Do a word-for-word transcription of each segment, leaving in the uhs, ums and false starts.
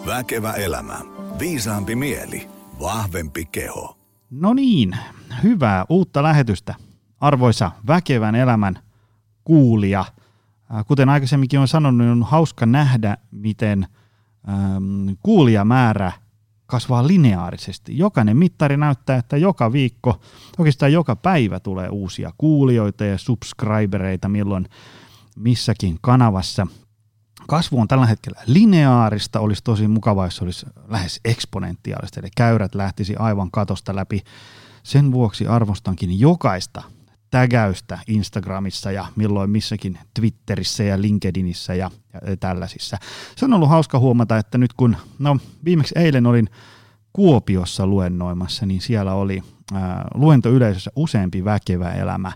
Väkevä elämä. Viisaampi mieli. Vahvempi keho. No niin, hyvää uutta lähetystä. Arvoisa Väkevän elämän kuulija. Kuten aikaisemminkin olen sanonut, niin on hauska nähdä, miten ähm, kuulijamäärä kasvaa lineaarisesti. Jokainen mittari näyttää, että joka viikko, oikeastaan joka päivä tulee uusia kuulijoita ja subscribereita milloin missäkin kanavassa. Kasvu on tällä hetkellä lineaarista, olisi tosi mukavaa, jos se olisi lähes eksponentiaalista, eli käyrät lähtisi aivan katosta läpi. Sen vuoksi arvostankin jokaista tägäystä Instagramissa ja milloin missäkin Twitterissä ja LinkedInissä ja, ja tällaisissa. Se on ollut hauska huomata, että nyt kun, no viimeksi eilen olin Kuopiossa luennoimassa, niin siellä oli ää, luentoyleisössä useampi Väkevä elämä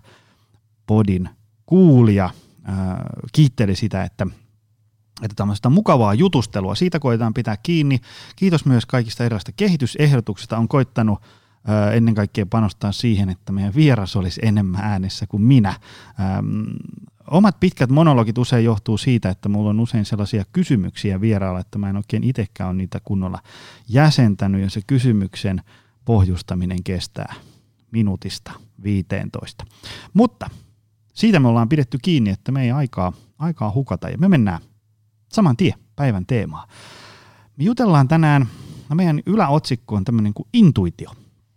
podin kuulija. Ää, kiitteli sitä, että että tämmöistä mukavaa jutustelua, siitä koetaan pitää kiinni. Kiitos myös kaikista erilaisista kehitysehdotuksista. On koittanut ää, ennen kaikkea panostaa siihen, että meidän vieras olisi enemmän äänessä kuin minä. Ähm, omat pitkät monologit usein johtuu siitä, että mulla on usein sellaisia kysymyksiä vieraalla, että mä en oikein itsekään ole niitä kunnolla jäsentänyt, ja se kysymyksen pohjustaminen kestää minuutista viiteentoista. Mutta siitä me ollaan pidetty kiinni, että me ei aikaa, aikaa hukata, ja me mennään saman tien päivän teemaa. Me jutellaan tänään, no meidän yläotsikko on tämmöinen kuin intuitio.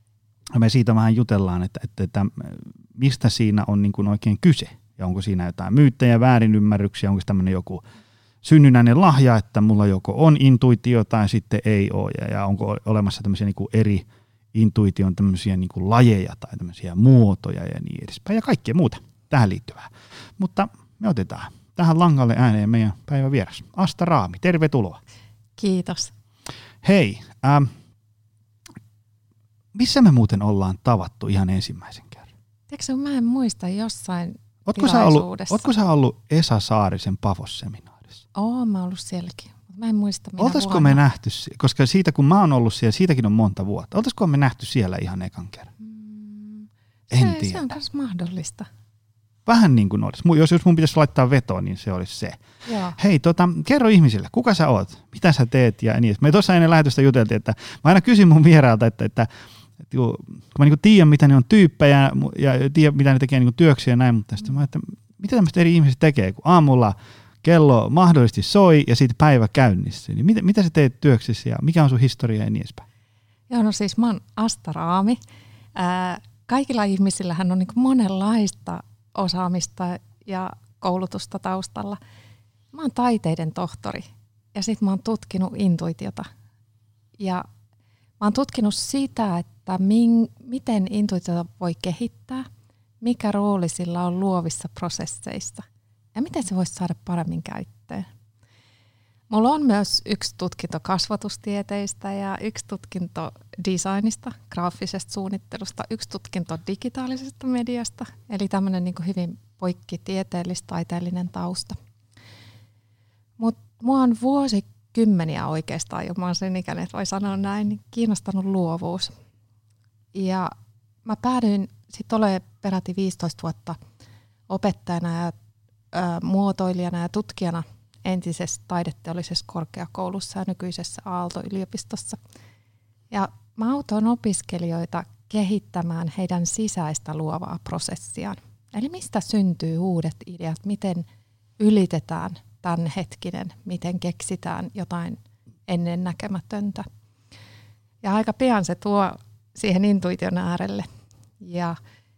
Ja me siitä vähän jutellaan, että, että, että mistä siinä on niin kuin oikein kyse. Ja onko siinä jotain myyttejä, väärinymmärryksiä, onko tämmöinen joku synnynnäinen lahja, että mulla joko on intuitio tai sitten ei ole. Ja, ja onko olemassa tämmöisiä niin kuin eri intuition tämmöisiä niin kuin lajeja tai tämmöisiä muotoja ja niin edespäin. Ja kaikkea muuta tähän liittyvää. Mutta me otetaan tähän langalle ääneen meidän päivän vieras. Asta Raami, tervetuloa. Kiitos. Hei, ähm, missä me muuten ollaan tavattu ihan ensimmäisen kerran? Tiedätkö, mä en muista jossain Ootko sä ollut, ootko sä ollut Esa Saarisen Pafos-seminaarissa? Oo, mä oon ollut sielläkin. Mä en muista minä Oltaisiko vuonna. me nähty, koska siitä kun mä oon ollut siellä, siitäkin on monta vuotta. Oltaisiko me nähty siellä ihan ekan kerran? Mm, en se, tiedä. Se on myös mahdollista. Vähän niin kuin olisi. Jos, jos mun pitäisi laittaa vetoa, niin se olisi se. Joo. Hei, tota, kerro ihmisille, kuka sä oot, mitä sä teet ja niin. Me tuossa ennen lähetystä juteltiin, että mä aina kysyn mun vieraalta, että, että, että kun mä niin tiedän, mitä ne on tyyppejä ja tiedän, mitä ne tekee niin työksiä ja näin, mutta sitten mä että mitä tämmöiset eri ihmiset tekee, kun aamulla kello mahdollisesti soi ja sitten päivä käynnissä. Niin mitä, mitä sä teet työksessä ja mikä on sun historia ja niin edespäin? Joo, no siis mä oon Asta Raami. Ää, kaikilla ihmisillähän on niin kuin monenlaista osaamista ja koulutusta taustalla. Mä oon taiteiden tohtori ja sit mä oon tutkinut intuitiota. Ja mä oon tutkinut sitä, että min, miten intuitiota voi kehittää, mikä rooli sillä on luovissa prosesseissa ja miten se voisi saada paremmin käyttöön. Mulla on myös yksi tutkinto kasvatustieteistä ja yksi tutkinto designista, graafisesta suunnittelusta, yksi tutkinto digitaalisesta mediasta, eli tämmöinen niin kuin hyvin poikkitieteellis-taiteellinen tausta. Mutta mua on vuosikymmeniä oikeastaan, jo mä oon sen ikäinen, että voi sanoa näin, niin kiinnostanut luovuus. Ja mä päädyin sitten olemaan peräti viisitoista vuotta opettajana ja ö, muotoilijana ja tutkijana entisessä taideteollisessa korkeakoulussa ja nykyisessä Aalto-yliopistossa. Ja mä autoin opiskelijoita kehittämään heidän sisäistä luovaa prosessiaan. Eli mistä syntyy uudet ideat, miten ylitetään tämän hetkinen, miten keksitään jotain ennennäkemätöntä. Ja aika pian se tuo siihen intuition äärelle. Ja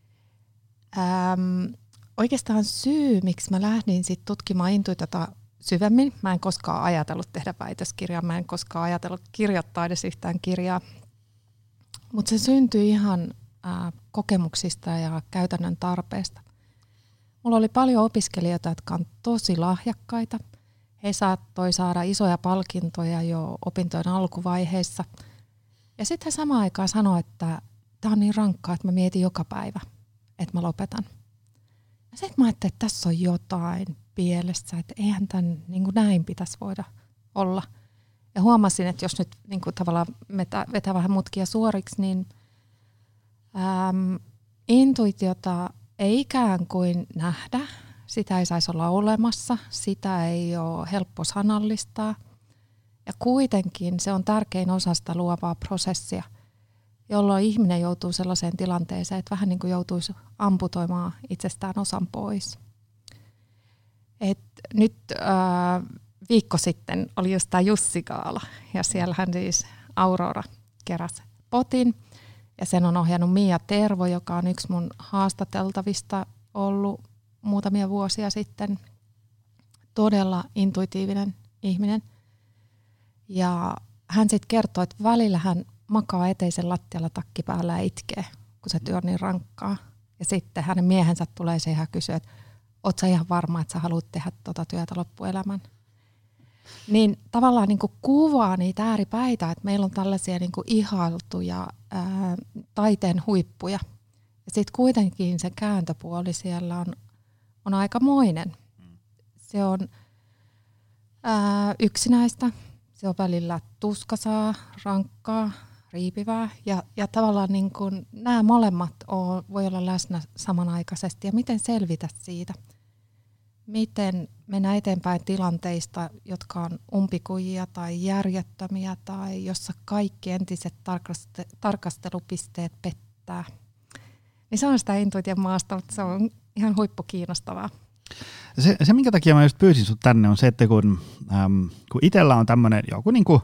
äm, oikeastaan syy, miksi mä lähdin sit tutkimaan intuitiota syvemmin. Mä en koskaan ajatellut tehdä väitöskirjaa, mä en koskaan ajatellut kirjoittaa edes yhtään kirjaa. Mutta se syntyi ihan ää, kokemuksista ja käytännön tarpeesta. Mulla oli paljon opiskelijoita, jotka on tosi lahjakkaita. He saattoi saada isoja palkintoja jo opintojen alkuvaiheessa. Ja sitten he samaan aikaan sanoi, että tämä on niin rankkaa, että mä mietin joka päivä, että mä lopetan. Ja sitten mä ajattelin, että tässä on jotain pielessä, että eihän tämän niin kuin näin pitäisi voida olla. Ja huomasin, että jos nyt niin kuin tavallaan vetää, vetää vähän mutkia suoriksi, niin äm, intuitiota ei ikään kuin nähdä. Sitä ei saisi olla olemassa, sitä ei ole helppo sanallistaa. Ja kuitenkin se on tärkein osa sitä luovaa prosessia, jolloin ihminen joutuu sellaiseen tilanteeseen, että vähän niin kuin joutuisi amputoimaan itsestään osan pois. Et nyt ää, viikko sitten oli just tämä Jussi-gaala, ja siellähän siis Aurora keräsi potin, ja sen on ohjannut Mia Tervo, joka on yksi mun haastateltavista ollut muutamia vuosia sitten. Todella intuitiivinen ihminen. Ja hän sitten kertoi, että välillä hän makaa eteisen lattialla takki päällä ja itkee, kun se työ on niin rankkaa. Ja sitten hänen miehensä tulee siihen ja kysyy, että oot sä ihan varma, että sä haluat tehdä tuota työtä loppuelämän? Niin tavallaan niin kuin kuvaa niitä ääripäitä, että meillä on tällaisia niin kuin ihailtuja ää, taiteen huippuja. Ja sitten kuitenkin se kääntöpuoli siellä on, on aikamoinen. Se on ää, yksinäistä, se on välillä tuskasaa, rankkaa, riipivää. Ja, ja tavallaan niin kuin nämä molemmat on, voi olla läsnä samanaikaisesti. Ja miten selvitä siitä? Miten mennä eteenpäin tilanteista, jotka on umpikujia tai järjettömiä tai jossa kaikki entiset tarkaste- tarkastelupisteet pettää. Niin se on sitä intuition maasta, mutta se on ihan huippukiinnostavaa. Se, se minkä takia mä just pyysin sut tänne on se, että kun, äm, kun itsellä on tämmöinen joku niinku,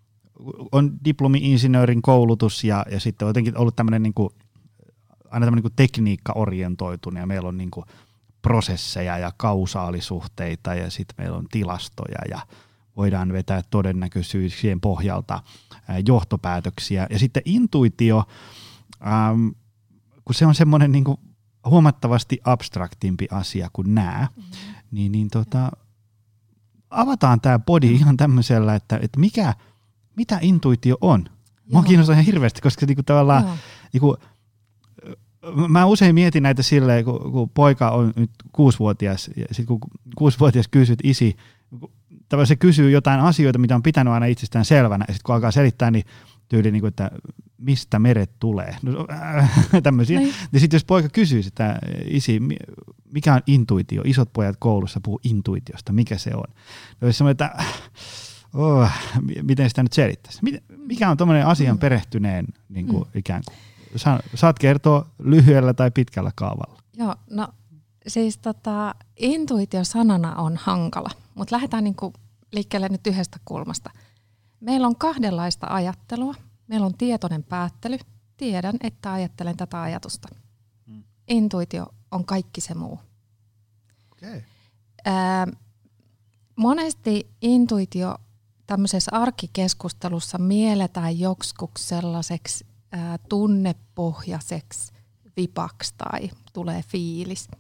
on diplomi-insinöörin koulutus ja, ja sitten on jotenkin ollut tämmöinen niinku, aina tämmöinen niinku tekniikka-orientoitunut ja meillä on niinku prosesseja ja kausaalisuhteita ja sitten meillä on tilastoja ja voidaan vetää todennäköisyyksien pohjalta ää, johtopäätöksiä. Ja sitten intuitio, äm, kun se on semmoinen niinku huomattavasti abstraktimpi asia kuin nämä, mm-hmm. niin, niin tota, avataan tämä body ihan tämmöisellä, että, että mikä, mitä intuitio on. Mua kiinnostaa ihan hirveästi, koska niinku tavallaan niinku, mä usein mietin näitä silleen, kun, kun poika on nyt kuusivuotias, ja sitten kun kuusivuotias kysyy, että isi, tavallaan se kysyy jotain asioita, mitä on pitänyt aina itsestään selvänä, ja sitten kun alkaa selittää, niin tyyli, niin kuin, että mistä meret tulee. No, äh, tämmöisiä. Niin. Ja sitten jos poika kysyy sitä, isi, mikä on intuitio? Isot pojat koulussa puhuu intuitiosta, mikä se on? No olisi semmoinen, että oh, miten sitä nyt selittäisi? Mikä on tuommoinen asian mm. perehtyneen niin kuin, mm. ikään kuin? Sa, saat kertoa lyhyellä tai pitkällä kaavalla. Joo, no siis tota, intuitio sanana on hankala, mutta lähdetään niinku liikkeelle nyt yhdestä kulmasta. Meillä on kahdenlaista ajattelua. Meillä on tietoinen päättely. Tiedän, että ajattelen tätä ajatusta. Hmm. Intuitio on kaikki se muu. Okay. Ää, monesti intuitio tämmöisessä arkikeskustelussa mielletään joksikuksi sellaiseksi ää, tunnepohjaiseksi vipaksi tai tulee fiilis.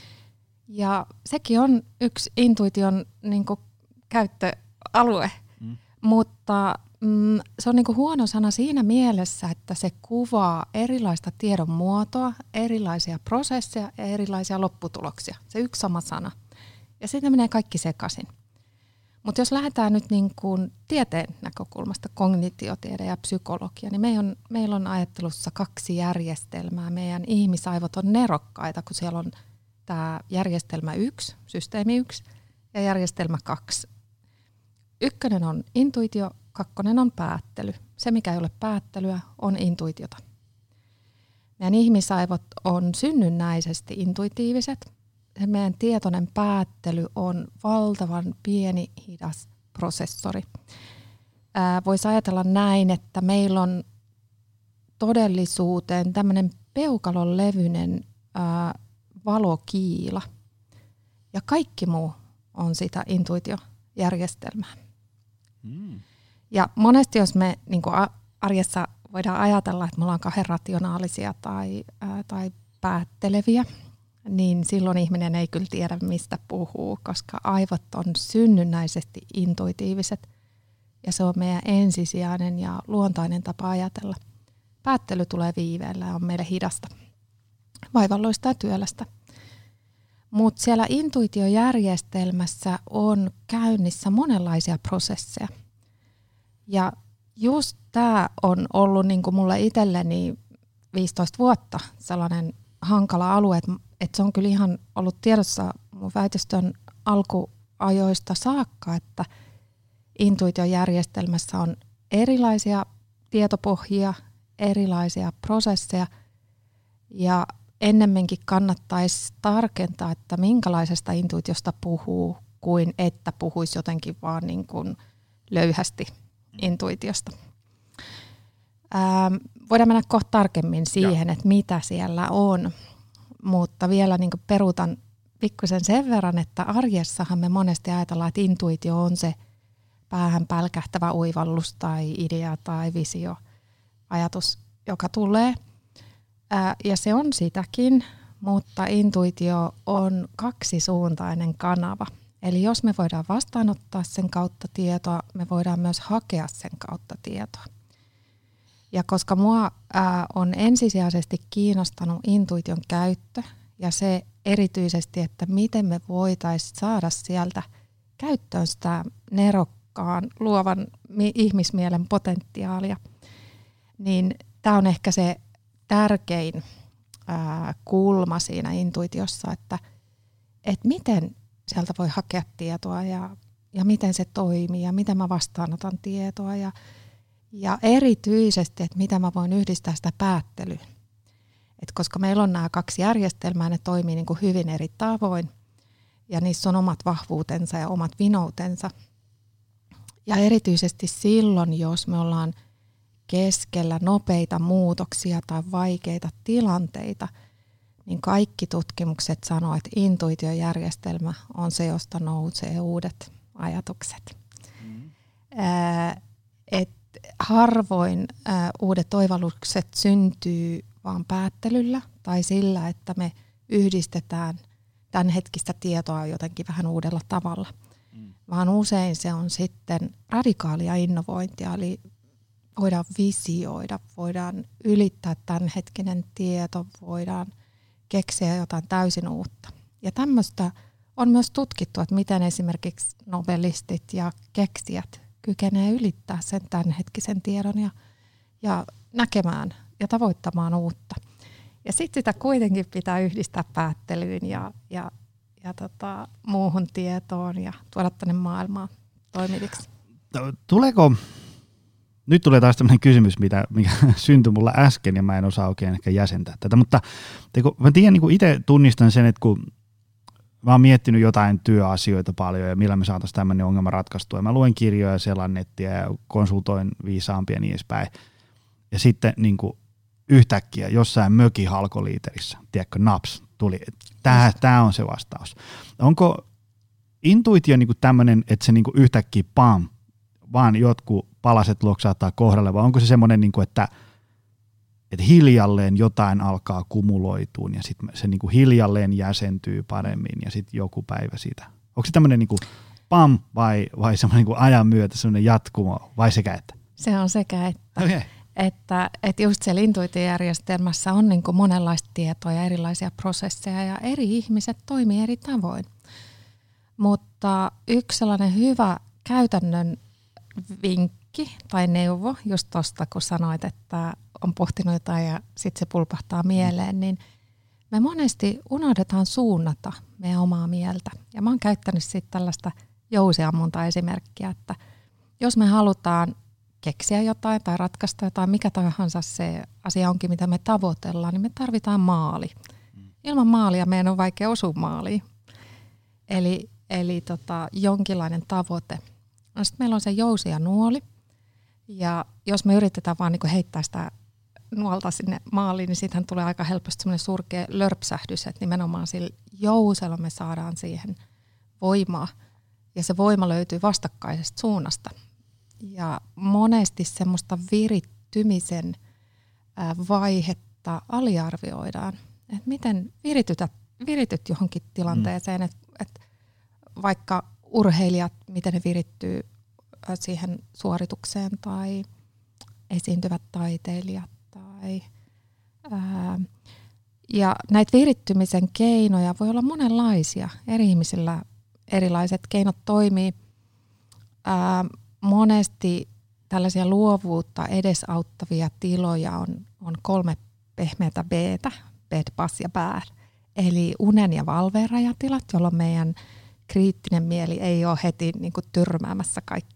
Ja sekin on yksi intuition niin kuin käyttöalue. Mm. Mutta mm, se on niinku huono sana siinä mielessä, että se kuvaa erilaista tiedon muotoa, erilaisia prosesseja ja erilaisia lopputuloksia. Se yksi sama sana. Ja sitten menee kaikki sekaisin. Mutta jos lähdetään nyt niinku tieteen näkökulmasta, kognitiotiede ja psykologia, niin meillä on, meillä on ajattelussa kaksi järjestelmää. Meidän ihmisaivot on nerokkaita, kun siellä on tämä järjestelmä yksi, systeemi yksi ja järjestelmä kaksi. Ykkönen on intuitio, kakkonen on päättely. Se, mikä ei ole päättelyä, on intuitiota. Meidän ihmisaivot on synnynnäisesti intuitiiviset. Se meidän tietoinen päättely on valtavan pieni, hidas prosessori. Voisi ajatella näin, että meillä on todellisuuteen tämmöinen peukalon levyinen ää, valokiila. Ja kaikki muu on sitä intuitiojärjestelmää. Mm. Ja monesti jos me niin kuin arjessa voidaan ajatella, että me ollaan kahden rationaalisia tai, ää, tai päätteleviä, niin silloin ihminen ei kyllä tiedä, mistä puhuu, koska aivot on synnynnäisesti intuitiiviset ja se on meidän ensisijainen ja luontainen tapa ajatella. Päättely tulee viiveellä ja on meille hidasta, vaivalloista ja työlästä. Mutta siellä intuitiojärjestelmässä on käynnissä monenlaisia prosesseja. Ja just tämä on ollut niinku mulle itselleni viisitoista vuotta sellainen hankala alue, että et se on kyllä ihan ollut tiedossa mun väitöstön alkuajoista saakka, että intuitiojärjestelmässä on erilaisia tietopohjia, erilaisia prosesseja ja ennemminkin kannattaisi tarkentaa, että minkälaisesta intuitiosta puhuu, kuin että puhuisi jotenkin vaan niin kuin löyhästi intuitiosta. Ähm, voidaan mennä kohta tarkemmin siihen, ja. että mitä siellä on, mutta vielä niin kuin peruutan pikkusen sen verran, että arjessahan me monesti ajatellaan, että intuitio on se päähän pälkähtävä oivallus tai idea tai visio, ajatus, joka tulee. Ää, ja se on sitäkin, mutta intuitio on kaksisuuntainen kanava. Eli jos me voidaan vastaanottaa sen kautta tietoa, me voidaan myös hakea sen kautta tietoa. Ja koska mua ää, on ensisijaisesti kiinnostanut intuition käyttö ja se erityisesti, että miten me voitaisiin saada sieltä käyttöön sitä nerokkaan, luovan mi- ihmismielen potentiaalia, niin tämä on ehkä se tärkein ää, kulma siinä intuitiossa, että et miten sieltä voi hakea tietoa ja, ja miten se toimii ja miten mä vastaanotan tietoa ja, ja erityisesti, että mitä mä voin yhdistää sitä päättelyyn. Et koska meillä on nämä kaksi järjestelmää, ne toimii niin kuin hyvin eri tavoin ja niissä on omat vahvuutensa ja omat vinoutensa. Ja erityisesti silloin, jos me ollaan keskellä nopeita muutoksia tai vaikeita tilanteita, niin kaikki tutkimukset sanoo, että intuitiojärjestelmä on se, josta nousee uudet ajatukset. Mm. Ää, et harvoin ää, uudet oivallukset syntyy vaan päättelyllä tai sillä, että me yhdistetään tämän hetkistä tietoa jotenkin vähän uudella tavalla, mm. vaan usein se on sitten radikaalia innovointia, eli voidaan visioida, voidaan ylittää tämän hetkinen tieto, voidaan keksiä jotain täysin uutta. Ja tämmöistä on myös tutkittu, että miten esimerkiksi novellistit ja keksijät kykenee ylittää sen tämänhetkisen tiedon ja, ja näkemään ja tavoittamaan uutta. Ja sitten sitä kuitenkin pitää yhdistää päättelyyn ja, ja, ja tota, muuhun tietoon ja tuoda tänne maailmaan toimiviksi. Tuleeko, nyt tulee taas tämmöinen kysymys, mitä, mikä syntyi mulla äsken ja mä en osaa oikein ehkä jäsentää tätä, mutta teiko, mä tiedän, niin itse tunnistan sen, että kun mä oon miettinyt jotain työasioita paljon ja millä me saataisiin tämmöinen ongelma ratkaistua. Ja mä luen kirjoja, selan nettiä ja konsultoin viisaampia ja niin edespäin. Ja sitten niin kuin yhtäkkiä jossain mökin halkoliiterissä, tiedätkö, naps, tuli, tää, tää on se vastaus. Onko intuitio niin kuin tämmöinen, että se niin kuin yhtäkkiä pam, vaan jotkut palaset loksaattaa kohdalle, vai onko se semmoinen, niin kuin, että, että hiljalleen jotain alkaa kumuloituun ja sitten se niin kuin hiljalleen jäsentyy paremmin ja sitten joku päivä siitä. Onko se tämmöinen niin kuin pam vai, vai semmoinen niin kuin ajan myötä semmoinen jatkumo vai sekä että? Se on sekä että. Okay. Että, että just siellä intuitiojärjestelmässä on niin kuin monenlaista tietoa ja erilaisia prosesseja ja eri ihmiset toimii eri tavoin. Mutta yksi sellainen hyvä käytännön vinkki tai neuvo, just tuosta kun sanoit, että on pohtinut jotain ja sitten se pulpahtaa mieleen, niin me monesti unohdetaan suunnata meidän omaa mieltä. Ja mä oon käyttänyt sitten tällaista jousiammunta esimerkkiä, että jos me halutaan keksiä jotain tai ratkaista jotain, mikä tahansa se asia onkin, mitä me tavoitellaan, niin me tarvitaan maali. Ilman maalia meidän on vaikea osua maaliin. Eli, eli tota, jonkinlainen tavoite. No sitten meillä on se jousi ja nuoli. Ja jos me yritetään vaan niin kuin heittää sitä nuolta sinne maaliin, niin siitähän tulee aika helposti semmoinen surkea lörpsähdys, että nimenomaan sillä jousella me saadaan siihen voimaa. Ja se voima löytyy vastakkaisesta suunnasta. Ja monesti semmoista virittymisen vaihetta aliarvioidaan. Että miten virityt, virityt johonkin tilanteeseen, että et vaikka urheilijat, miten ne virittyy siihen suoritukseen tai esiintyvät taiteilijat. Tai, ää, ja näitä virittymisen keinoja voi olla monenlaisia. Eri ihmisillä erilaiset keinot toimii. Ää, monesti tällaisia luovuutta edesauttavia tiloja on, on kolme pehmeätä B:tä, bed, bas ja bär. Eli unen ja valveen rajatilat, jolloin meidän kriittinen mieli ei ole heti niin kuin tyrmäämässä kaikkia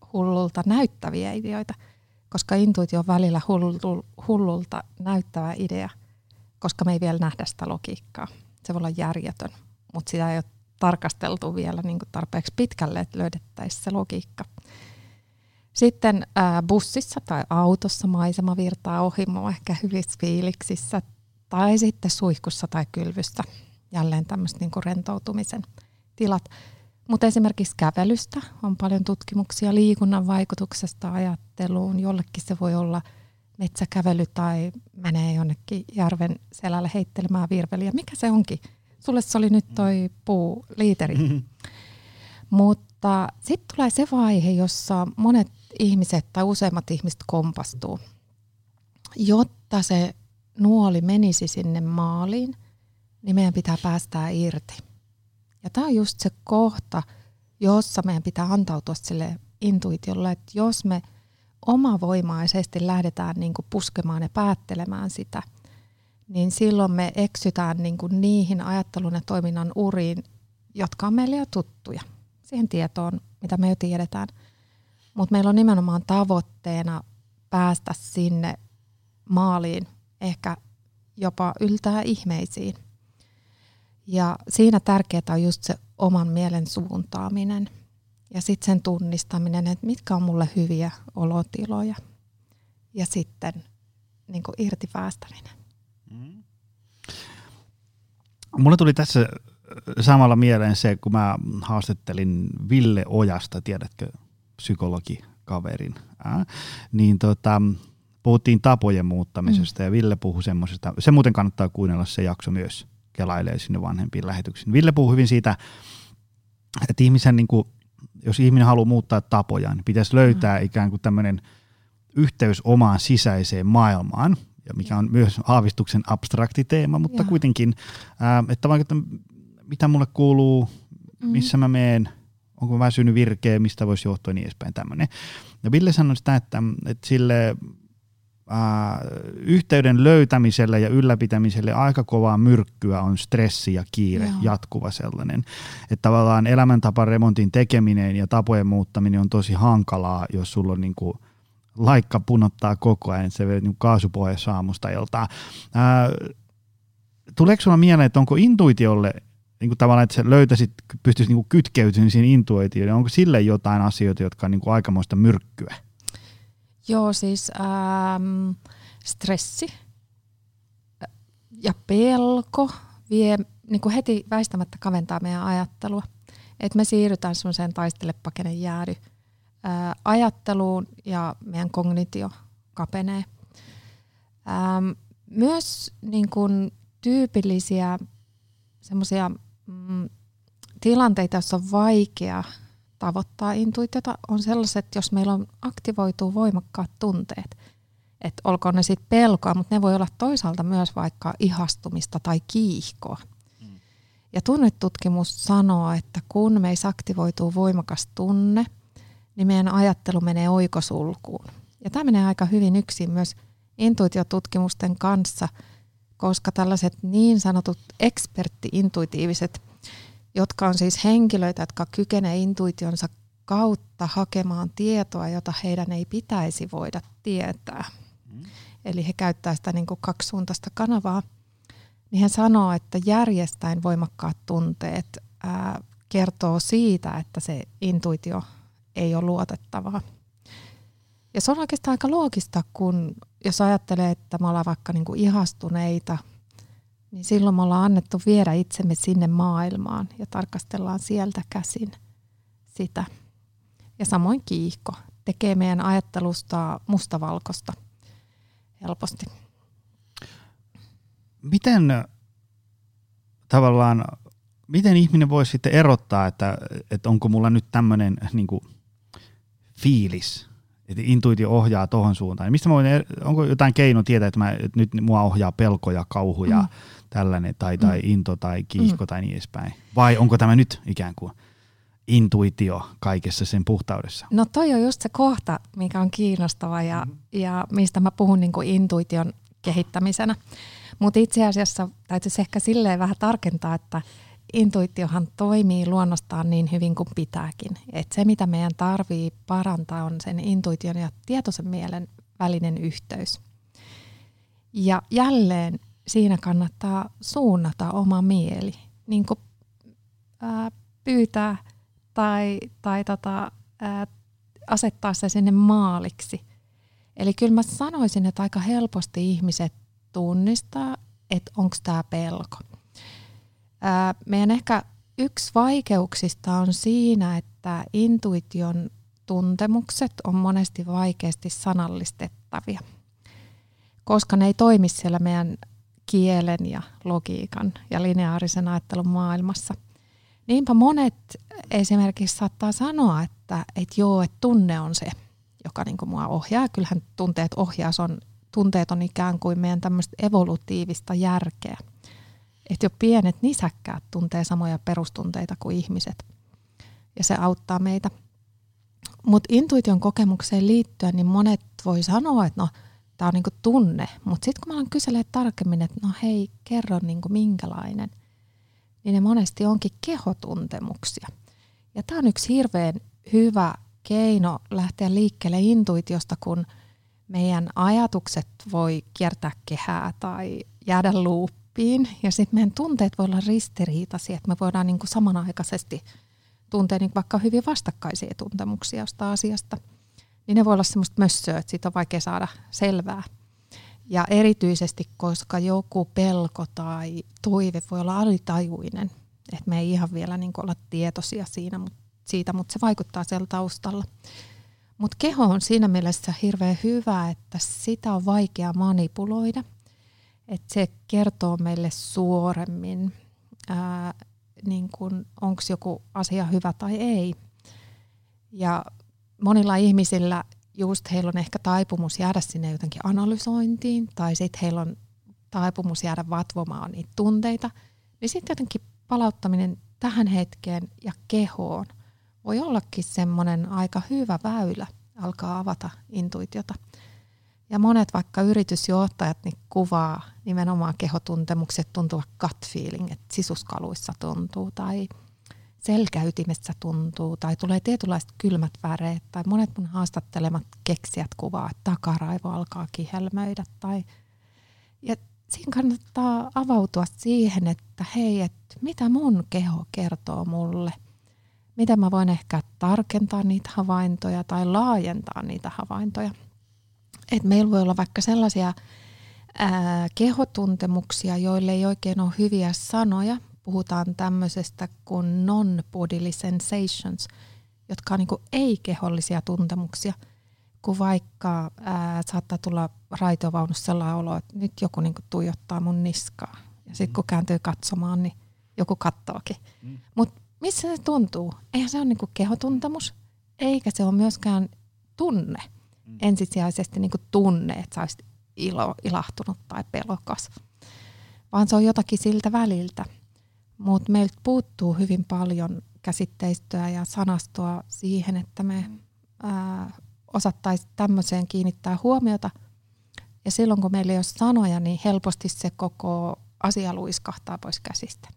hullulta näyttäviä ideoita, koska intuitio on välillä hullu, hullulta näyttävä idea, koska me ei vielä nähdä sitä logiikkaa. Se voi olla järjetön, mutta sitä ei ole tarkasteltu vielä niin kuin tarpeeksi pitkälle, että löydettäisiin se logiikka. Sitten ää, bussissa tai autossa maisema virtaa ohi, mä oon ehkä hyvissä fiiliksissä, tai sitten suihkussa tai kylvyssä. Jälleen tämmöistä niin kuin rentoutumisen tilat. Mutta esimerkiksi kävelystä on paljon tutkimuksia liikunnan vaikutuksesta ajatteluun. Jollekin se voi olla metsäkävely tai menee jonnekin järven selälle heittelemään virveliä. Mikä se onkin? Sulle se oli nyt toi puuliiteri. Mm-hmm. Mutta sitten tulee se vaihe, jossa monet ihmiset tai useimmat ihmiset kompastuu. Jotta se nuoli menisi sinne maaliin, niin meidän pitää päästää irti. Ja tämä on just se kohta, jossa meidän pitää antautua sille intuitiolle, että jos me omavoimaisesti lähdetään niin kuin puskemaan ja päättelemään sitä, niin silloin me eksytään niin kuin niihin ajattelun ja toiminnan uriin, jotka on meille jo tuttuja. Siihen tietoon, mitä me jo tiedetään. Mutta meillä on nimenomaan tavoitteena päästä sinne maaliin, ehkä jopa yltää ihmeisiin. Ja siinä tärkeää on just se oman mielen suuntaaminen ja sitten sen tunnistaminen, että mitkä on mulle hyviä olotiloja ja sitten niin kuin irti päästäminen. Mm. Mulle tuli tässä samalla mieleen se, kun mä haastattelin Ville Ojasta, tiedätkö, psykologikaverin, ää? niin tota, puhuttiin tapojen muuttamisesta mm. ja Ville puhui semmoisesta, se muuten kannattaa kuunnella se jakso myös, kelailee sinne vanhempiin lähetyksiin. Ville puhui hyvin siitä, että ihmisen, niin kuin, jos ihminen haluaa muuttaa tapoja, niin pitäisi löytää mm. ikään kuin tämmöinen yhteys omaan sisäiseen maailmaan, ja mikä on myös aavistuksen abstrakti teema, mutta ja. kuitenkin, ää, että vaikka, että mitä mulle kuuluu, missä mm. mä meen, onko mä väsynyt virkeä, mistä voisi johtua niin edespäin tämmöinen. Ja Ville sanoi sitä, että, että sille ää, yhteyden löytämiselle ja ylläpitämiselle aika kovaa myrkkyä on stressi ja kiire, Joo. jatkuva sellainen. Että tavallaan elämäntaparemontin tekeminen ja tapojen muuttaminen on tosi hankalaa, jos sulla on niinku laikka punottaa koko ajan, se vie niinku kaasupohjassa aamusta iltaa. Ää, tuleeko sulla mieleen, että onko intuitiolle niin kuin tavallaan, että sä löytäisit, pystyisit niin kytkeytymään siihen intuitioon. Onko sille jotain asioita, jotka on niin kuin aikamoista myrkkyä? Joo, siis ähm, stressi ja pelko vie niin kuin heti väistämättä kaventaa meidän ajattelua. Että me siirrytään semmoiseen taistele pakene jäädy äh, ajatteluun ja meidän kognitio kapenee. Ähm, myös niin kuin tyypillisiä semmoisia mm, tilanteita, joissa on vaikea tavoittaa intuitiota, on sellaiset, jos meillä on aktivoituu voimakkaat tunteet. Että olkoon ne sitten pelkoa, mutta ne voi olla toisaalta myös vaikka ihastumista tai kiihkoa. Mm. Ja tunnetutkimus sanoo, että kun meissä aktivoituu voimakas tunne, niin meidän ajattelu menee oikosulkuun. Ja tämä menee aika hyvin yksin myös intuitiotutkimusten kanssa, koska tällaiset niin sanotut ekspertti-intuitiiviset, jotka on siis henkilöitä, jotka kykenevät intuitionsa kautta hakemaan tietoa, jota heidän ei pitäisi voida tietää. Mm. Eli he käyttävät sitä niin kuin kaksisuuntaista kanavaa. Niin he sanoo, että järjestäen voimakkaat tunteet ää, kertoo siitä, että se intuitio ei ole luotettavaa. Ja se on oikeastaan aika loogista, kun jos ajattelee, että me ollaan vaikka niin kuin ihastuneita, niin silloin me ollaan annettu viedä itsemme sinne maailmaan ja tarkastellaan sieltä käsin sitä. Ja samoin kiihko tekee meidän ajattelusta mustavalkoista helposti. Miten tavallaan, miten ihminen voi sitten erottaa, että, että onko mulla nyt tämmöinen niin kuin fiilis, että intuitio ohjaa tohon suuntaan. Mistä mä voin, onko jotain keino tietää, että, mä, että nyt mua ohjaa pelko ja kauhu ja mm. tällainen, tai, tai mm. into tai kiihko mm. tai niin edespäin? Vai onko tämä nyt ikään kuin intuitio kaikessa sen puhtaudessa? No toi on just se kohta, mikä on kiinnostava ja, mm. ja mistä mä puhun niin kuin intuition kehittämisenä. Mutta itse asiassa täytyisi ehkä silleen vähän tarkentaa, että intuitiohan toimii luonnostaan niin hyvin kuin pitääkin. Et se, mitä meidän tarvii parantaa, on sen intuition ja tietoisen mielen välinen yhteys. Ja jälleen siinä kannattaa suunnata oma mieli, niin kuin ää, pyytää tai, tai tota, ää, asettaa se sinne maaliksi. Eli kyllä mä sanoisin, että aika helposti ihmiset tunnistaa, että onko tämä pelko. Ää, meidän ehkä yksi vaikeuksista on siinä, että intuition tuntemukset on monesti vaikeasti sanallistettavia, koska ne ei toimi siellä meidän kielen ja logiikan ja lineaarisen ajattelun maailmassa. Niinpä monet esimerkiksi saattaa sanoa, että, että joo, että tunne on se, joka niin kuin mua ohjaa. Kyllähän tunteet ohjaa, on, tunteet on ikään kuin meidän tämmöistä evolutiivista järkeä. Että jo pienet nisäkkäät tuntee samoja perustunteita kuin ihmiset. Ja se auttaa meitä. Mutta intuition kokemukseen liittyen, niin monet voi sanoa, että no, tämä on niinku tunne. Mutta sitten kun mä alan kyselee tarkemmin, että no hei, kerro niinku minkälainen, niin ne monesti onkin kehotuntemuksia. Ja tämä on yksi hirveän hyvä keino lähteä liikkeelle intuitiosta, kun meidän ajatukset voi kiertää kehää tai jäädä luuppiin. Ja sitten meidän tunteet voi olla ristiriitaisia, että me voidaan niinku samanaikaisesti tuntea niinku vaikka hyvin vastakkaisia tuntemuksia jostain asiasta. Niin ne voi olla semmoista mössöä, että siitä on vaikea saada selvää. Ja erityisesti, koska joku pelko tai toive voi olla alitajuinen, että me ei ihan vielä niin kuin olla tietoisia siinä, siitä, mutta se vaikuttaa siellä taustalla. Mutta keho on siinä mielessä hirveän hyvä, että sitä on vaikea manipuloida. Että se kertoo meille suoremmin, ää, niin kuin onko joku asia hyvä tai ei. Ja monilla ihmisillä just heillä on ehkä taipumus jäädä sinne jotenkin analysointiin, tai sitten heillä on taipumus jäädä vatvomaan niitä tunteita, niin sitten jotenkin palauttaminen tähän hetkeen ja kehoon voi ollakin semmoinen aika hyvä väylä alkaa avata intuitiota. Ja monet vaikka yritysjohtajat niin kuvaa nimenomaan kehotuntemukset, tuntuva gut feeling, että sisuskaluissa tuntuu, tai selkäytimessä tuntuu, tai tulee tietynlaiset kylmät väreet, tai monet mun haastattelemat keksijät kuvaa, että takaraivo alkaa kihelmöidä. Tai... Ja siinä kannattaa avautua siihen, että hei, että mitä mun keho kertoo mulle, miten mä voin ehkä tarkentaa niitä havaintoja tai laajentaa niitä havaintoja. Et meillä voi olla vaikka sellaisia ää, kehotuntemuksia, joille ei oikein ole hyviä sanoja. Puhutaan tämmöisestä kuin non-bodily sensations, jotka on niin kuin ei-kehollisia tuntemuksia, kun vaikka ää, saattaa tulla raitiovaunussa sellainen olo, että nyt joku niin kuin tuijottaa mun niskaa. Ja sitten kun kääntyy katsomaan, niin joku kattookin. Mm. Mutta missä se tuntuu? Eihän se ole niin kuin kehotuntemus, eikä se ole myöskään tunne. Mm. Ensisijaisesti niin kuin tunne, että sä olisit ilo, ilahtunut tai pelokas. Vaan se on jotakin siltä väliltä. Mutta meiltä puuttuu hyvin paljon käsitteistöä ja sanastoa siihen, että me ää, osattaisiin tämmöiseen kiinnittää huomiota. Ja silloin kun meillä ei ole sanoja, niin helposti se koko asia luiskahtaa pois käsistä.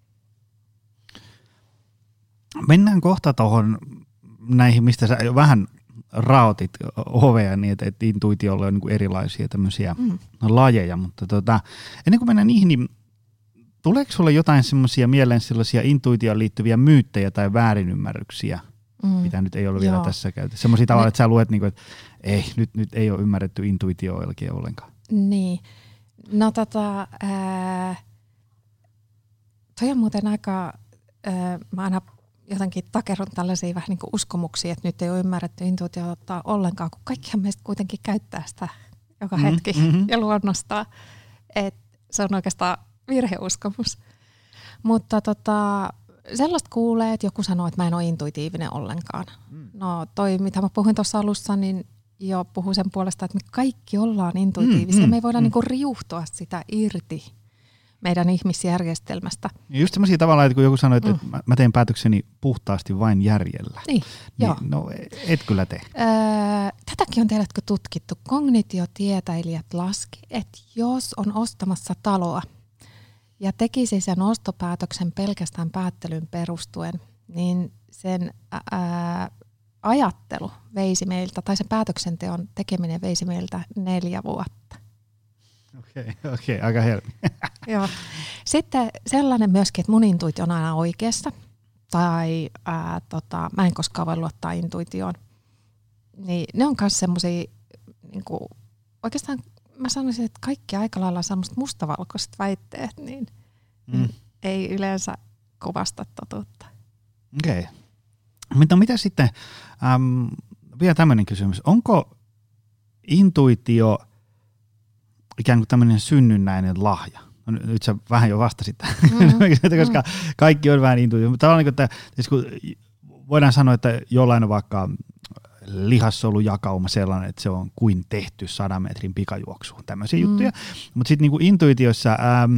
Mennään kohta tuohon näihin, mistä sä jo vähän raotit ovea, niin että, että intuitiolla on niin kuin erilaisia tämmöisiä mm. lajeja. Mutta tota, ennen kuin mennään niihin, niin tuleeko sulle jotain semmoisia mieleen sellaisia intuitioon liittyviä myyttejä tai väärinymmärryksiä, mm. mitä nyt ei ole vielä Joo. tässä käyty? Semmoisia tavalla, että sä luet, niin kuin, että ei, nyt, nyt ei ole ymmärretty intuitioa oikein ollenkaan. Niin. No tota, ää, toi on muuten aika, ää, mä aina jotenkin takerun tällaisia vähän niin kuin uskomuksia, että nyt ei ole ymmärretty intuitiota ollenkaan, kun kaikkihan meistä kuitenkin käyttää sitä joka mm-hmm. hetki mm-hmm. ja luonnostaa. Et se on oikeastaan virheuskomus. Mutta tota, sellaista kuulee, että joku sanoo, että mä en ole intuitiivinen ollenkaan. Mm. No toi, mitä mä puhuin tuossa alussa, niin jo puhun sen puolesta, että me kaikki ollaan intuitiivisia. Mm, mm, me ei voida mm. niinku riuhtua sitä irti meidän ihmisjärjestelmästä. Ja just semmoisia tavalla, että kun joku sanoo, että mm. mä teen päätökseni puhtaasti vain järjellä. Niin, niin joo. No et kyllä tee. Öö, tätäkin on tiedätkö tutkittu. Kognitiotieteilijät laski, että jos on ostamassa taloa, ja tekisi sen ostopäätöksen pelkästään päättelyyn perustuen, niin sen ää, ajattelu veisi meiltä, tai sen päätöksenteon tekeminen veisi meiltä neljä vuotta. Okei, okay, okei, okay, aika helmi. Joo. Sitten sellainen myöskin, että mun intuitio on aina oikeassa, tai ää, tota, mä en koskaan voi luottaa intuitioon. Niin ne on myös semmoisia, niinku, oikeastaan mä sanoisin, että kaikki aika lailla semmoista mustavalkoiset väitteet, niin mm. ei yleensä kuvasta totuutta. Okei. Okay. Mutta mitä sitten, äm, vielä tämmöinen kysymys, onko intuitio ikään kuin tämmöinen synnynnäinen lahja? No, nyt sä vähän jo vastasit, mm. koska kaikki on vähän intuitio. Mutta on niin kuin, että, kun voidaan sanoa, että jollain on vaikka lihassolujakauma sellainen, että se on kuin tehty sadan metrin pikajuoksuun, tämmöisiä mm. juttuja. Mutta sitten niin intuitiossa, ähm,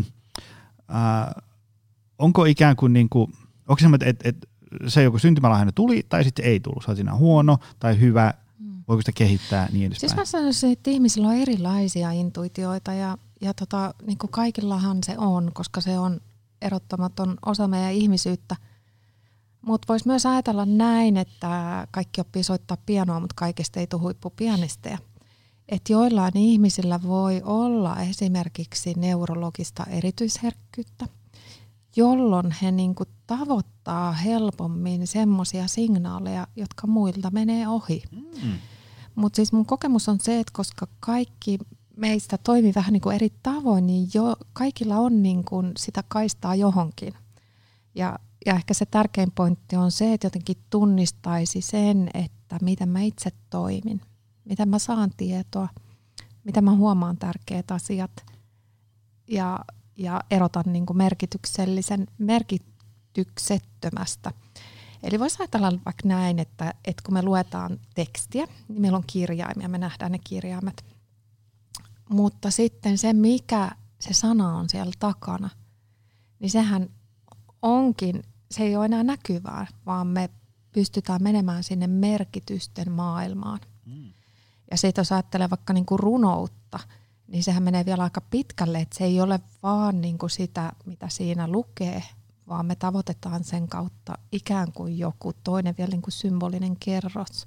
äh, onko ikään kuin, niin kuin onko se että et, et, se joku syntymälahjana tuli, tai sitten se ei tullut, se on siinä huono tai hyvä, mm. voiko sitä kehittää niin edespäin? Siis mä sanoisin, että ihmisillä on erilaisia intuitioita, ja, ja tota, niin kuin kaikillahan se on, koska se on erottamaton osa meidän ihmisyyttä. Mutta voisi myös ajatella näin, että kaikki oppii soittaa pianoa, mutta kaikista ei tule huippupianisteja. Että joillain ihmisillä voi olla esimerkiksi neurologista erityisherkkyyttä, jolloin he niinku tavoittaa helpommin semmoisia signaaleja, jotka muilta menee ohi. Mm. Mutta siis mun kokemus on se, että koska kaikki meistä toimii vähän niinku eri tavoin, niin jo, kaikilla on niinku sitä kaistaa johonkin. Ja Ja ehkä se tärkein pointti on se, että jotenkin tunnistaisi sen, että miten mä itse toimin, miten mä saan tietoa, miten mä huomaan tärkeät asiat ja, ja erotan niin kuin merkityksellisen merkityksettömästä. Eli voisi ajatella vaikka näin, että, että kun me luetaan tekstiä, niin meillä on kirjaimia, me nähdään ne kirjaimet. Mutta sitten se, mikä se sana on siellä takana, niin sehän onkin, se ei ole enää näkyvää, vaan me pystytään menemään sinne merkitysten maailmaan. Mm. Ja sitten jos ajattelee vaikka niinku runoutta, niin sehän menee vielä aika pitkälle, että se ei ole vaan niinku sitä, mitä siinä lukee, vaan me tavoitetaan sen kautta ikään kuin joku toinen vielä niinku symbolinen kerros.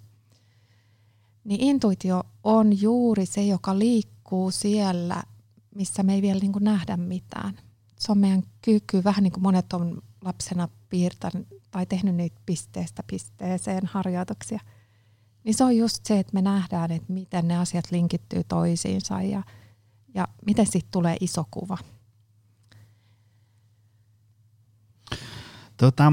Niin intuitio on juuri se, joka liikkuu siellä, missä me ei vielä niinku nähdä mitään. Se on meidän kyky, vähän niin kuin monet on lapsena piirtänyt tai tehnyt niitä pisteestä pisteeseen harjoituksia. Niin se on just se, että me nähdään, että miten ne asiat linkittyy toisiinsa ja, ja miten siitä tulee iso kuva. Tota,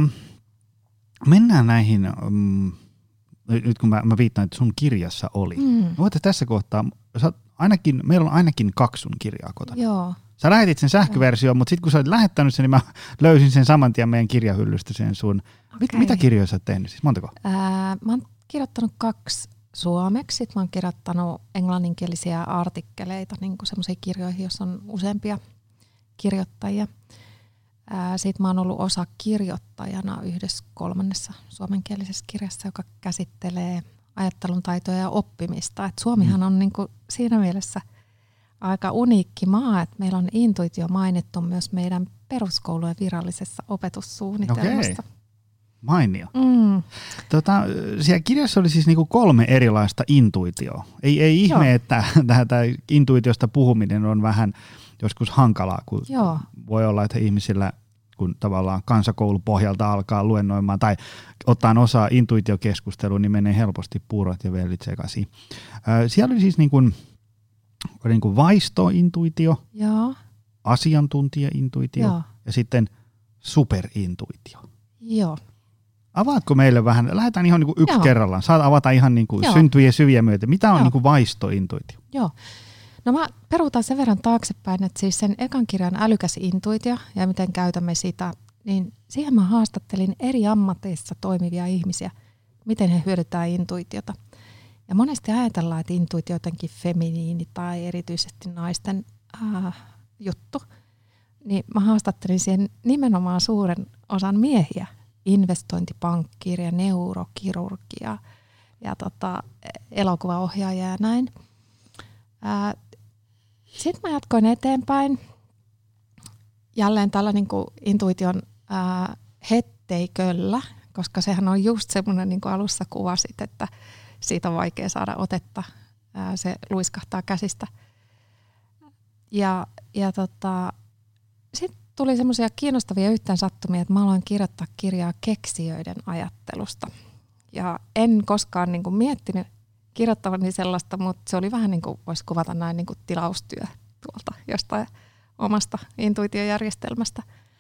mennään näihin, um, nyt kun mä, mä viittaan, että sun kirjassa oli. Mm. Voitaisiin tässä kohtaa, ainakin, meillä on ainakin kaksi sun kirjaa kotona. Joo. Sä lähetit sen sähköversioon, mutta sitten kun sä olet lähettänyt sen, niin mä löysin sen saman tien meidän kirjahyllystä sen sun. Okay. Mit, mitä kirjoja sä oot tehnyt siis? Montako? Ää, mä oon kirjoittanut kaksi suomeksi. Sitten mä oon kirjoittanut englanninkielisiä artikkeleita, niin kuin semmoisia kirjoihin, joissa on useampia kirjoittajia. Sitten mä oon ollut osa kirjoittajana yhdessä kolmannessa suomenkielisessä kirjassa, joka käsittelee ajattelun taitoja ja oppimista. Et Suomihan on niin kuin siinä mielessä aika uniikki maa, että meillä on intuitio mainittu myös meidän peruskoulujen virallisessa opetussuunnitelmassa. Okei. Mainio. Mm. Tota, siellä kirjassa oli siis niinku kolme erilaista intuitioa. Ei, ei ihme, Joo. että tämä intuitiosta puhuminen on vähän joskus hankalaa, kun Joo. voi olla, että ihmisillä, kun tavallaan kansakoulupohjalta alkaa luennoimaan tai ottaa osaa intuitiokeskusteluun, niin menee helposti puurot ja vellit sekaisin. Siellä oli siis niin kuin niin kuin vaistointuitio, Joo. asiantuntijaintuitio Joo. ja sitten superintuitio. Joo. Avaatko meille vähän, lähdetään ihan niin kuin yksi Joo. kerrallaan, saat avata ihan niin kuin syntyjä syviä myötä. Mitä on niin kuin vaistointuitio? Joo. No mä peruutan sen verran taaksepäin, että siis sen ekan kirjan älykäs intuitio ja miten käytämme sitä, niin siihen mä haastattelin eri ammateissa toimivia ihmisiä, miten he hyödyntää intuitiota. Ja monesti ajatellaan, että intuitio jotenkin feminiini tai erityisesti naisten äh, juttu. Niin mä haastattelin siihen nimenomaan suuren osan miehiä. Investointipankkiiria, neurokirurgia ja tota, elokuvaohjaaja ja näin. Äh, Sitten mä jatkoin eteenpäin jälleen tällä niin kuin intuition ää, hetteiköllä, koska sehän on just semmoinen, niin kuin alussa kuvasit, että siitä on vaikea saada otetta. Ää, se luiskahtaa käsistä. Ja, ja tota, sitten tuli semmoisia kiinnostavia yhteensattumia, että mä aloin kirjoittaa kirjaa keksijöiden ajattelusta. Ja en koskaan niin kuin miettinyt kirjoittavani sellaista, mutta se oli vähän niin kuin, voisi kuvata näin niin kuin tilaustyö tuolta jostain omasta intuitiojärjestelmästä.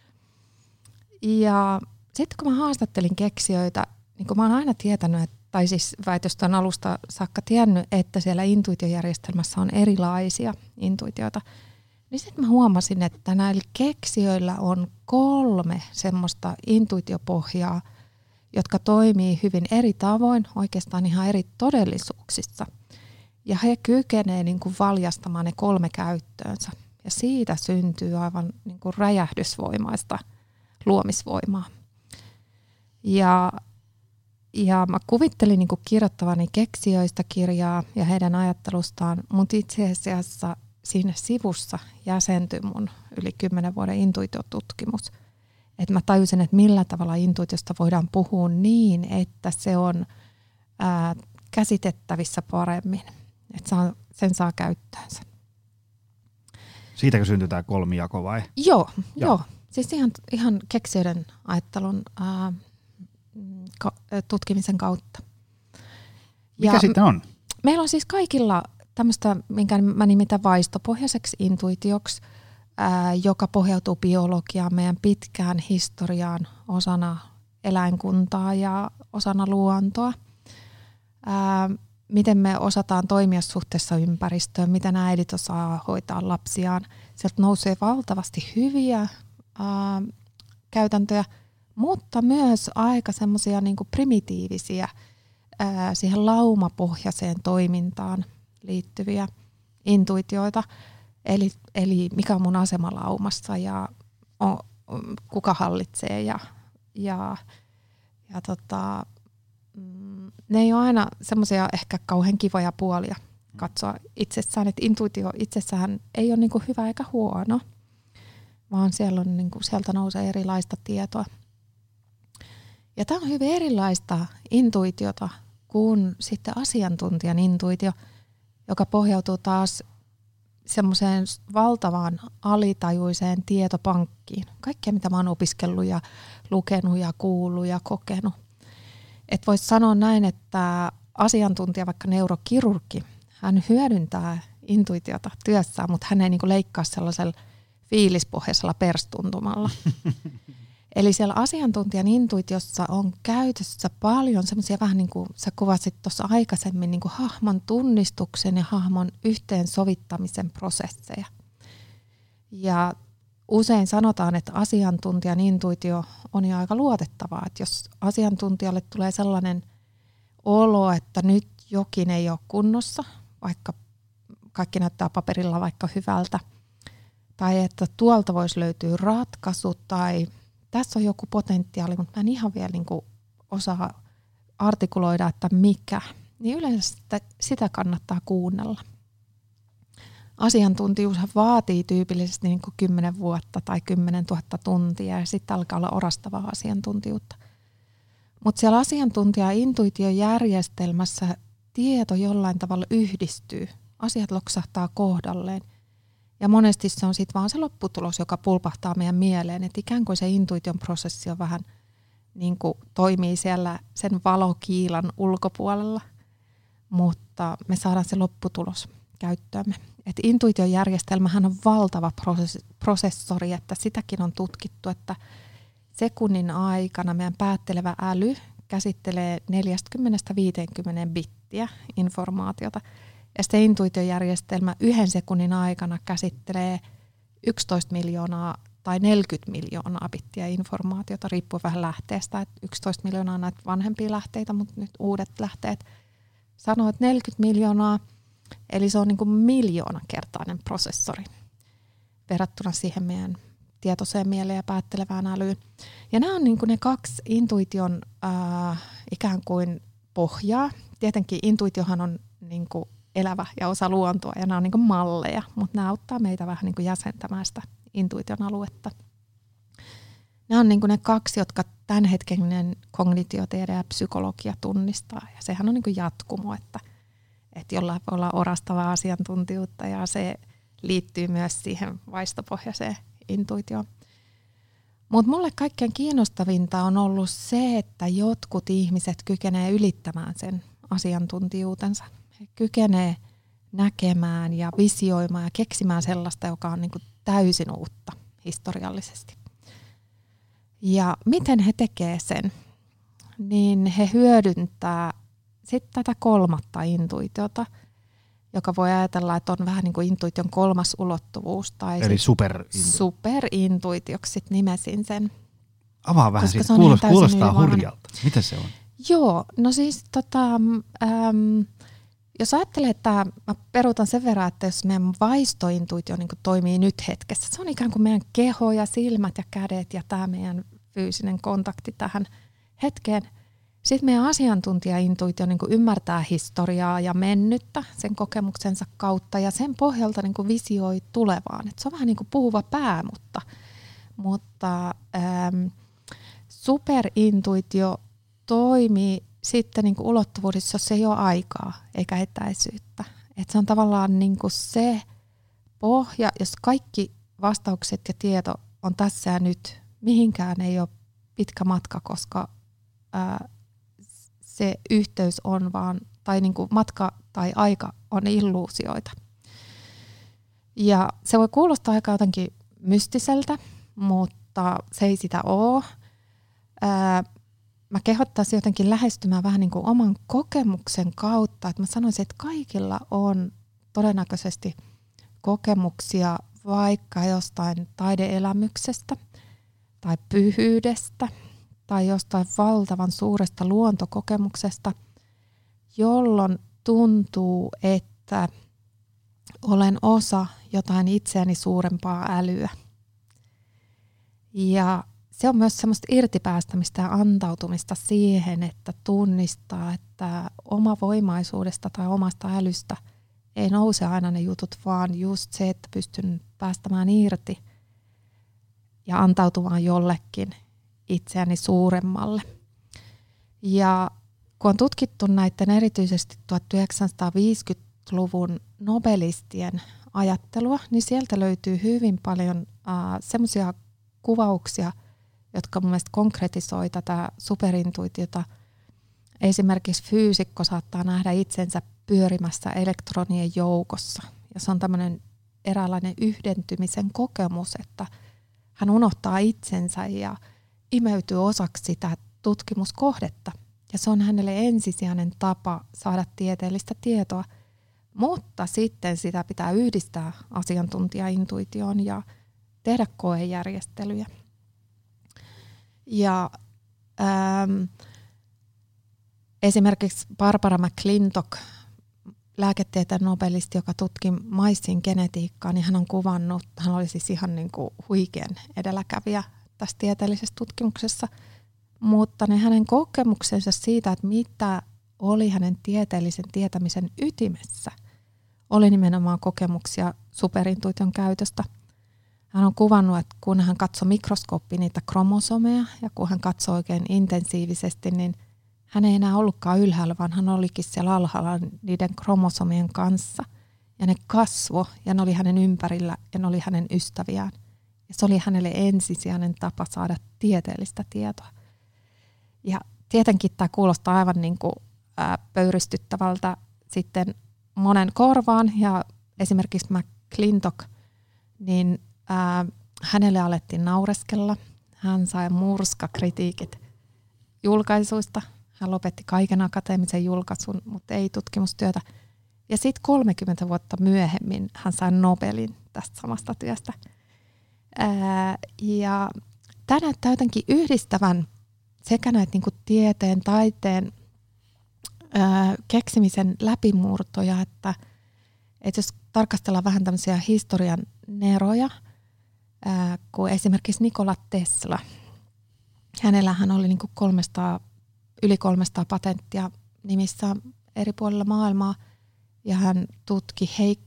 Ja sitten kun mä haastattelin keksijöitä, niin kun mä oon aina tietänyt, että, tai siis väitöstön alusta saakka tiennyt, että siellä intuitiojärjestelmässä on erilaisia intuitioita, niin sitten mä huomasin, että näillä keksijöillä on kolme semmoista intuitiopohjaa, jotka toimii hyvin eri tavoin, oikeastaan ihan eri todellisuuksissa. Ja he kykenevät niin kuin valjastamaan ne kolme käyttöönsä. Ja siitä syntyy aivan niin kuin räjähdysvoimaista luomisvoimaa. Ja, ja mä kuvittelin niin kuin kirjoittavani keksijöistä kirjaa ja heidän ajattelustaan, mutta itse asiassa siinä sivussa jäsentyi mun yli kymmenen vuoden intuitiotutkimus. Että mä tajusin, että millä tavalla intuitiosta voidaan puhua niin, että se on ää, käsitettävissä paremmin. Että saa, sen saa käyttöönsä. Siitäkö syntyy tämä kolmijako vai? Joo, joo. joo. Siis ihan, ihan keksijöiden ajattelun ää, ka, tutkimisen kautta. Mikä ja sitten on? Meillä on siis kaikilla tämmöistä, minkä mä nimitän vaistopohjaiseksi intuitioksi, ää, joka pohjautuu biologiaan, meidän pitkään historiaan osana eläinkuntaa ja osana luontoa. Ää, miten me osataan toimia suhteessa ympäristöön, miten äidit osaa hoitaa lapsiaan. Sieltä nousee valtavasti hyviä ää, käytäntöjä, mutta myös aika semmoisia niinku primitiivisiä ää, siihen laumapohjaiseen toimintaan liittyviä intuitioita. Eli, eli mikä on mun asema laumassa ja o, kuka hallitsee ja, ja, ja tota, ne ei ole aina semmoisia ehkä kauhean kivoja puolia katsoa itsessään, että intuitio itsessään ei ole niinku hyvä eikä huono, vaan siellä on niinku, sieltä nousee erilaista tietoa. Ja tämä on hyvin erilaista intuitiota kuin sitten asiantuntijan intuitio, joka pohjautuu taas semmoiseen valtavaan alitajuiseen tietopankkiin. Kaikkea, mitä mä oon opiskellut ja lukenut ja kuullut ja kokenut. Että voisi sanoa näin, että asiantuntija, vaikka neurokirurgi, hän hyödyntää intuitiota työssään, mutta hän ei niinku leikkaa sellaisella fiilispohjaisella perstuntumalla. Eli siellä asiantuntijan intuitiossa on käytössä paljon semmoisia vähän niin kuin sä kuvasit tuossa aikaisemmin, niin kuin hahmon tunnistuksen ja hahmon yhteensovittamisen prosesseja. Ja usein sanotaan, että asiantuntijan intuitio on jo aika luotettavaa, että jos asiantuntijalle tulee sellainen olo, että nyt jokin ei ole kunnossa, vaikka kaikki näyttää paperilla vaikka hyvältä, tai että tuolta voisi löytyä ratkaisu, tai tässä on joku potentiaali, mutta mä en ihan vielä niin kuin osaa artikuloida, että mikä, niin yleensä sitä, sitä kannattaa kuunnella. Asiantuntijuus vaatii tyypillisesti niin kuin kymmenen vuotta tai kymmenen tuhatta tuntia ja sitten alkaa olla orastavaa asiantuntijuutta. Mutta siellä asiantuntija-intuitiojärjestelmässä tieto jollain tavalla yhdistyy. Asiat loksahtaa kohdalleen. Ja monesti se on sitten vaan se lopputulos, joka pulpahtaa meidän mieleen. Että ikään kuin se intuition prosessi on vähän niin kuin toimii siellä sen valokiilan ulkopuolella. Mutta me saadaan se lopputulos käyttöömme. Et intuitiojärjestelmähän on valtava prosessori, että sitäkin on tutkittu, että sekunnin aikana meidän päättelevä äly käsittelee neljäkymmentä viisikymmentä bittiä informaatiota. Ja sitten intuitiojärjestelmä yhden sekunnin aikana käsittelee yksitoista miljoonaa tai neljäkymmentä miljoonaa bittiä informaatiota, riippuen vähän lähteestä. Et yksitoista miljoonaa näitä vanhempia lähteitä, mutta nyt uudet lähteet sanoo, että neljäkymmentä miljoonaa. Eli se on niin kuin miljoonakertainen prosessori verrattuna siihen meidän tietoiseen mieleen ja päättelevään älyyn. Ja nämä on niin kuin ne kaksi intuition äh, ikään kuin pohjaa. Tietenkin intuitiohan on niin kuin elävä ja osa luontoa ja nämä on niin kuin malleja, mutta nämä auttaa meitä vähän niin kuin jäsentämään sitä intuition aluetta. Nämä on niin kuin ne kaksi, jotka tämänhetkinen kognitiotiede ja psykologia tunnistaa. Ja sehän on niin kuin jatkumo, että, että jollain voi olla orastavaa asiantuntijuutta ja se liittyy myös siihen vaistopohjaiseen intuitioon. Mutta mulle kaikkein kiinnostavinta on ollut se, että jotkut ihmiset kykenee ylittämään sen asiantuntijuutensa. He kykenee näkemään ja visioimaan ja keksimään sellaista, joka on niin kuin täysin uutta historiallisesti. Ja miten he tekee sen? Niin he hyödyntää sitten tätä kolmatta intuitiota, joka voi ajatella, että on vähän niin kuin intuition kolmas ulottuvuus. Tai eli superintuitio. Superintuitioksi nimesin sen. Avaa vähän siitä, kuulostaa, kuulostaa hurjalta. Mitä se on? Joo, no siis tota, äm, jos ajattelee, että mä peruutan sen verran, että jos meidän vaistointuitio niin kuin toimii nyt hetkessä, se on ikään kuin meidän keho ja silmät ja kädet ja tämä meidän fyysinen kontakti tähän hetkeen. Sitten meidän asiantuntijaintuitio niin kuin ymmärtää historiaa ja mennyttä sen kokemuksensa kautta ja sen pohjalta niin kuin visioi tulevaan. Et se on vähän niin kuin puhuva pää, mutta, mutta äm, superintuitio toimii sitten niin kuin ulottuvuudessa, jos ei ole aikaa eikä etäisyyttä. Et se on tavallaan niin kuin se pohja, jos kaikki vastaukset ja tieto on tässä ja nyt, mihinkään ei ole pitkä matka, koska ää, se yhteys on vaan, tai niin kuin matka tai aika on illuusioita. Ja se voi kuulostaa aika jotenkin mystiseltä, mutta se ei sitä ole. Ää, mä kehottaisin jotenkin lähestymään vähän niin kuin oman kokemuksen kautta, että mä sanoisin, että kaikilla on todennäköisesti kokemuksia vaikka jostain taideelämyksestä tai pyhyydestä tai jostain valtavan suuresta luontokokemuksesta, jolloin tuntuu, että olen osa jotain itseäni suurempaa älyä. Ja se on myös semmoista irtipäästämistä ja antautumista siihen, että tunnistaa, että oma voimaisuudesta tai omasta älystä ei nouse aina ne jutut, vaan just se, että pystyn päästämään irti ja antautumaan jollekin itseäni suuremmalle. Ja kun on tutkittu näiden erityisesti tuhatyhdeksänsataaviisikymmentäluvun nobelistien ajattelua, niin sieltä löytyy hyvin paljon äh, semmoisia kuvauksia, jotka mun mielestä konkretisoi tätä superintuitiota. Esimerkiksi fyysikko saattaa nähdä itsensä pyörimässä elektronien joukossa. Ja se on tämmöinen eräänlainen yhdentymisen kokemus, että hän unohtaa itsensä ja imeytyy osaksi sitä tutkimuskohdetta. Ja se on hänelle ensisijainen tapa saada tieteellistä tietoa, mutta sitten sitä pitää yhdistää asiantuntijaintuitioon ja tehdä koejärjestelyjä. Ja ähm, esimerkiksi Barbara McClintock, lääketieteen nobelisti, joka tutki maissin genetiikkaa, niin hän on kuvannut, hän oli siis ihan niin kuin huikean edelläkävijä tässä tieteellisessä tutkimuksessa, mutta ne hänen kokemuksensa siitä, että mitä oli hänen tieteellisen tietämisen ytimessä, oli nimenomaan kokemuksia superintuition käytöstä. Hän on kuvannut, että kun hän katsoi mikroskooppiin niitä kromosomeja ja kun hän katsoi oikein intensiivisesti, niin hän ei enää ollutkaan ylhäällä, vaan hän olikin siellä alhaalla niiden kromosomien kanssa. Ja ne kasvo ja ne oli hänen ympärillä ja ne oli hänen ystäviään. Ja se oli hänelle ensisijainen tapa saada tieteellistä tietoa. Ja tietenkin tämä kuulostaa aivan niin kuin, ää, pöyristyttävältä sitten monen korvaan. Ja esimerkiksi McClintock, niin ää, hänelle alettiin naureskella. Hän sai murskakritiikit julkaisuista. Hän lopetti kaiken akateemisen julkaisun, mutta ei tutkimustyötä. Ja sitten kolmekymmentä vuotta myöhemmin hän sai Nobelin tästä samasta työstä. Ää, ja tämä näyttää jotenkin yhdistävän sekä näitä niinku tieteen, taiteen, ää, keksimisen läpimurtoja, että, että jos tarkastellaan vähän tämmöisiä historian neroja, ää, kuin esimerkiksi Nikola Tesla. Hänellähän oli niinku kolmesataa, yli kolmesataa patenttia nimissä eri puolilla maailmaa, ja hän tutki heik-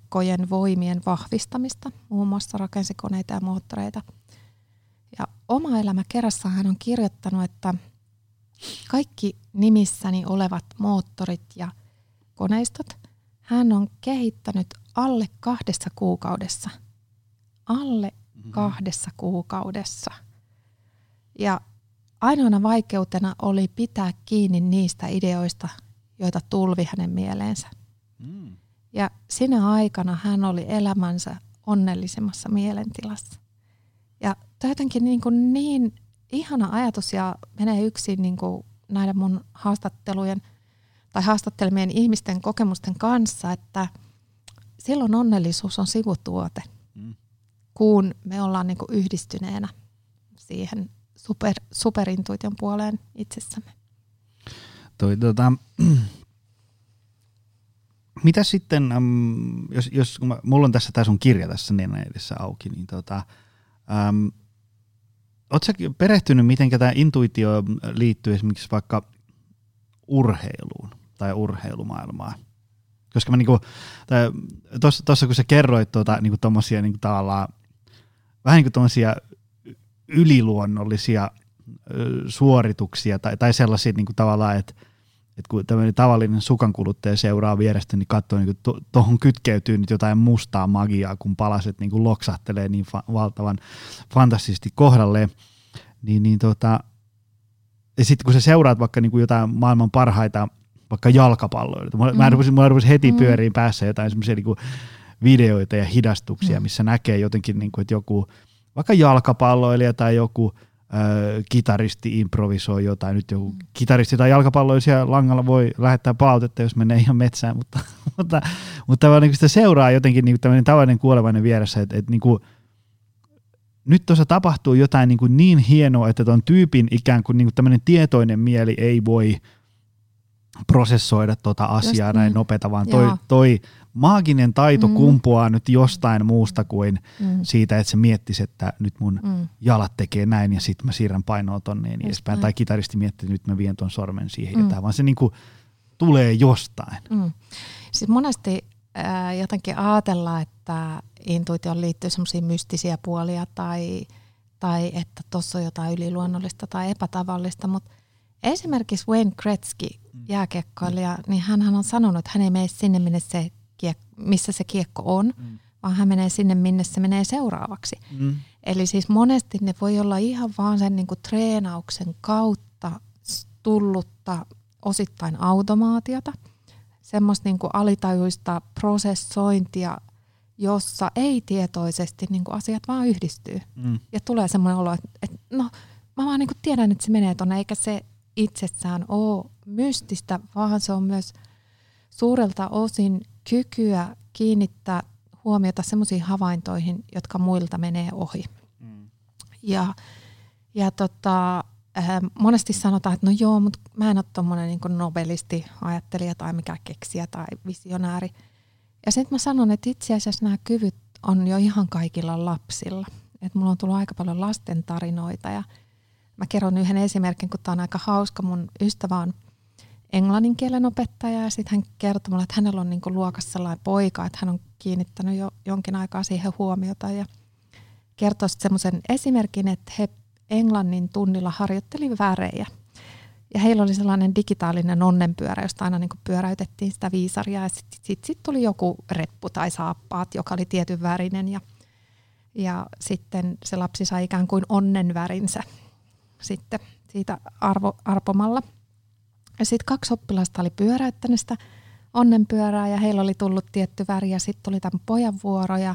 heikkojen voimien vahvistamista, muun muassa rakensi koneita ja moottoreita. Ja Oma elämä kerrassaan hän on kirjoittanut, että kaikki nimissäni olevat moottorit ja koneistot hän on kehittänyt alle kahdessa kuukaudessa. Alle mm-hmm. kahdessa kuukaudessa. Ja ainoana vaikeutena oli pitää kiinni niistä ideoista, joita tulvi hänen mieleensä. Mm. Ja sinä aikana hän oli elämänsä onnellisimmassa mielentilassa. Ja tämä jotenkin niin, kuin niin ihana ajatus ja menee yksin niin kuin näiden mun haastattelujen tai haastattelemien ihmisten kokemusten kanssa, että silloin onnellisuus on sivutuote, mm. kun me ollaan niin kuin yhdistyneenä siihen super, superintuition puoleen itsessämme. Toi, tota, mitä sitten, äm, jos, jos mä, mulla on tässä tää sun kirja tässä nenän edessä auki, niin tota, äm, ootko sä perehtynyt, miten tämä intuitio liittyy esimerkiksi vaikka urheiluun tai urheilumaailmaan? Koska mä niinku, tuossa kun sä kerroit tuota, niinku tommosia niinku tavallaan, vähän niin kuin tommosia yliluonnollisia ö, suorituksia tai, tai sellaisia niinku tavallaan, että et kun tämmöinen tavallinen sukankuluttaja seuraa vierestä, niin katsoo, niin tuohon to, kytkeytyy nyt jotain mustaa magiaa, kun palaset niin loksahtelee niin fa- valtavan fantastisesti kohdalleen. Niin, niin tota, ja sitten kun sä seuraat vaikka niin jotain maailman parhaita vaikka jalkapalloilijoita, mm. mä rupesin, mä rupesin heti mm. pyöriin päässä jotain semmoisia niin videoita ja hidastuksia, mm. missä näkee jotenkin, niin kuin, että joku vaikka jalkapalloilija tai joku Äh, kitaristi improvisoi jotain, nyt joku mm. kitaristi tai jalkapalloilija langalla voi lähettää palautetta, jos menee ihan metsään, mutta, mutta, mutta niin sitä seuraa jotenkin niin tämmöinen tavallinen kuolevainen vieressä, että, että niin kuin, nyt tuossa tapahtuu jotain niin, niin hienoa, että tuon tyypin ikään kuin, niin kuin tämmöinen tietoinen mieli ei voi prosessoida tuota asiaa näin nopeata, vaan toi, toi maaginen taito mm. kumpuaa nyt jostain muusta kuin mm. siitä, että se miettisi, että nyt mun mm. jalat tekee näin ja sitten mä siirrän painoa tonne niin edespäin. Tai kitaristi miettii, että nyt mä vien ton sormen siihen mm. jotain, vaan se niinku tulee jostain. Mm. Siis monesti äh, jotenkin ajatellaan, että intuitioon liittyy semmoisia mystisiä puolia tai, tai että tuossa on jotain yliluonnollista tai epätavallista, mutta esimerkiksi Wayne Gretzky, jääkiekkoilija, niin hänhän on sanonut, että hän ei mene sinne, minne se kiek- missä se kiekko on, mm. vaan hän menee sinne, minne se menee seuraavaksi. Mm. Eli siis monesti ne voi olla ihan vaan sen niinku treenauksen kautta tullutta osittain automaatiota, semmoista niinku alitajuista prosessointia, jossa ei tietoisesti niinku asiat vaan yhdistyy. Mm. Ja tulee semmoinen olo, että, että no mä vaan niinku tiedän, että se menee tuonne, eikä se itsessään ole mystistä, vaan se on myös suurelta osin kykyä kiinnittää huomiota semmoisiin havaintoihin, jotka muilta menee ohi. Mm. Ja, ja tota, äh, monesti sanotaan, että no joo, mutta mä en ole tommoinen niin kuin nobelisti, ajattelija tai mikä keksijä tai visionääri. Ja sitten mä sanon, että itse asiassa nämä kyvyt on jo ihan kaikilla lapsilla. Että mulla on tullut aika paljon lasten tarinoita ja mä kerron yhden esimerkin, kun tää on aika hauska. Mun ystävä on englannin kielen opettaja ja sitten hän kertoi mulle, että hänellä on niinku luokassa sellainen poika, että hän on kiinnittänyt jo jonkin aikaa siihen huomiota ja kertoi sitten semmoisen esimerkin, että he englannin tunnilla harjoitteli värejä. Ja heillä oli sellainen digitaalinen onnenpyörä, josta aina niinku pyöräytettiin sitä viisaria ja sitten sit, sit tuli joku reppu tai saappaat, joka oli tietyn värinen ja, ja sitten se lapsi sai ikään kuin onnenvärinsä sitten siitä arvo, arpomalla. Ja sitten kaksi oppilasta oli pyöräyttänyt sitä onnenpyörää ja heillä oli tullut tietty väri ja sitten tuli tämän pojan vuoro ja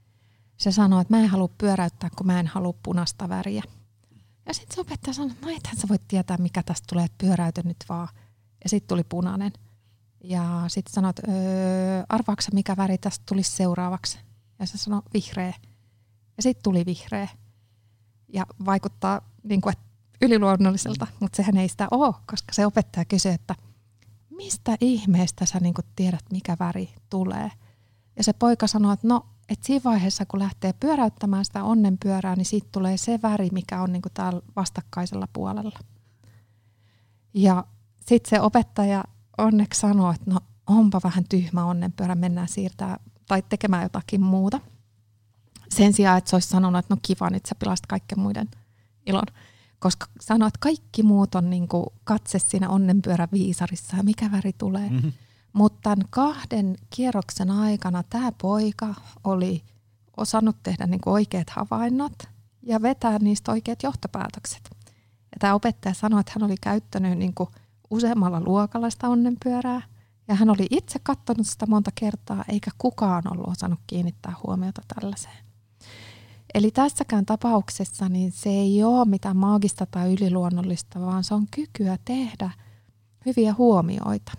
se sanoi, että mä en halua pyöräyttää, kun mä en halua punaista väriä. Ja sitten se opettaja sanoi, että no ethän sä voit tietää, mikä tästä tulee, että pyöräyty nyt vaan. Ja sitten tuli punainen. Ja sitten sanoi, että öö, arvaatko mikä väri tästä tulisi seuraavaksi? Ja se sanoi vihreä. Ja sitten tuli vihreä. Ja vaikuttaa niin kuin, että yliluonnolliselta, mutta sehän ei sitä ole, koska se opettaja kysyi, että mistä ihmeestä sä niin kuin tiedät, mikä väri tulee. Ja se poika sanoi, että no, että siinä vaiheessa, kun lähtee pyöräyttämään sitä onnenpyörää, niin siitä tulee se väri, mikä on niin kuin täällä vastakkaisella puolella. Ja sitten se opettaja onneksi sanoi, että no onpa vähän tyhmä onnenpyörä, mennään siirtää tai tekemään jotakin muuta. Sen sijaan, että se olisi sanonut, että no kiva, nyt sä pilasit kaikkien muiden ilon. Koska sanoi, että kaikki muut on niin kuin katse siinä onnenpyörän viisarissa ja mikä väri tulee. Mm-hmm. Mutta tämän kahden kierroksen aikana tämä poika oli osannut tehdä niin kuin oikeat havainnot ja vetää niistä oikeat johtopäätökset. Ja tämä opettaja sanoi, että hän oli käyttänyt niin kuin useammalla luokalla sitä onnenpyörää. Ja hän oli itse katsonut sitä monta kertaa, eikä kukaan ollut osannut kiinnittää huomiota tällaiseen. Eli tässäkään tapauksessa niin se ei ole mitään maagista tai yliluonnollista, vaan se on kykyä tehdä hyviä huomioita.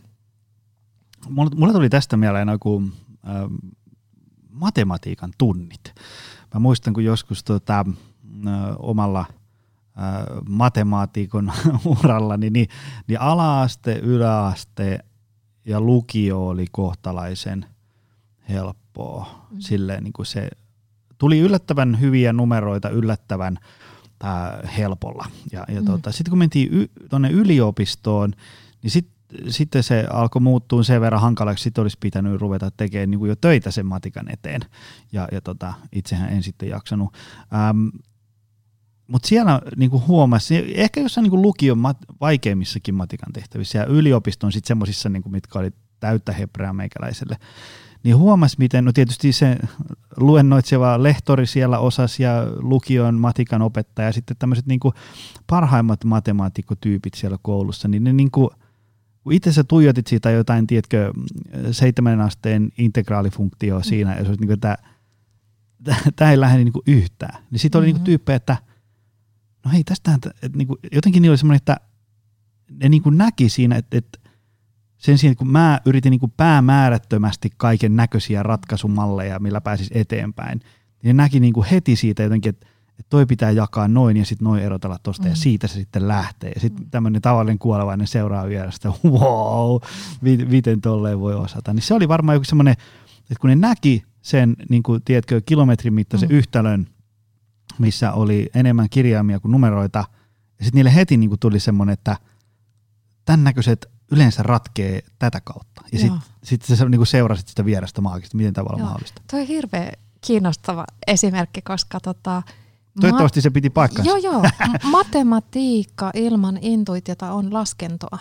Mulla tuli tästä mieleen joku äh, matematiikan tunnit. Mä muistan, kun joskus tota, äh, omalla äh, matemaatikon uralla, niin, niin, niin ala-aste, yläaste ja lukio oli kohtalaisen helppoa. Mm. Silleen niin kuin se tuli yllättävän hyviä numeroita yllättävän äh, helpolla. Ja, ja mm. tota, sitten kun mentiin y- tuonne yliopistoon, niin sitten sitten se alkoi muuttua sen verran hankalaksi, sitten olisi pitänyt ruveta tekemään niin kuin jo töitä sen matikan eteen. Ja, ja tota, itsehän en sitten jaksanut. Ähm, Mutta siellä niin kuin huomasi, ehkä jossain niin kuin lukion mat- vaikeimmissakin matikan tehtävissä ja yliopiston sitten semmoisissa, niin kuin, mitkä oli täyttä hepreaa meikäläiselle, niin huomasi, miten, no tietysti se luennoitseva lehtori siellä osasi ja lukion matikan opettaja ja sitten tämmöiset niin kuin parhaimmat matemaatikotyypit siellä koulussa, niin ne niin kuin kun itse sä tuijotit siitä jotain, tiedätkö, seitsemän asteen integraalifunktioa mm. siinä, ja se olisi niin kuin, että tämä ei lähde niin kuin yhtään. Niin sitten oli mm-hmm. niin kuin tyyppejä, että no hei, tästähän, että niin kuin, jotenkin niin oli semmoinen, että ne niin kuin näki siinä, että, että sen sijaan, kun mä yritin niin kuin päämäärättömästi kaiken näköisiä ratkaisumalleja, millä pääsis eteenpäin, niin ne näki niin kuin heti siitä jotenkin, että että toi pitää jakaa noin ja sitten noin erotella tosta mm. ja siitä se sitten lähtee. Ja sitten tämmöinen tavallinen kuolevainen seuraa vierestä, wow, miten tolleen voi osata. Niin se oli varmaan joku semmoinen, että kun ne näki sen, niin kuin, tiedätkö, kilometrin mittaisen mm. yhtälön, missä oli enemmän kirjaimia kuin numeroita, ja sitten niille heti niin kuin tuli semmoinen, että tämän näköiset yleensä ratkee tätä kautta. Ja sitten sit se niin kuin seurasit sitä vierestä maagista, miten tavalla Joo. mahdollista. Tuo on hirveän kiinnostava esimerkki, koska tota, toivottavasti se piti paikkansa. Joo, joo. Matematiikka ilman intuitiota on laskentoa.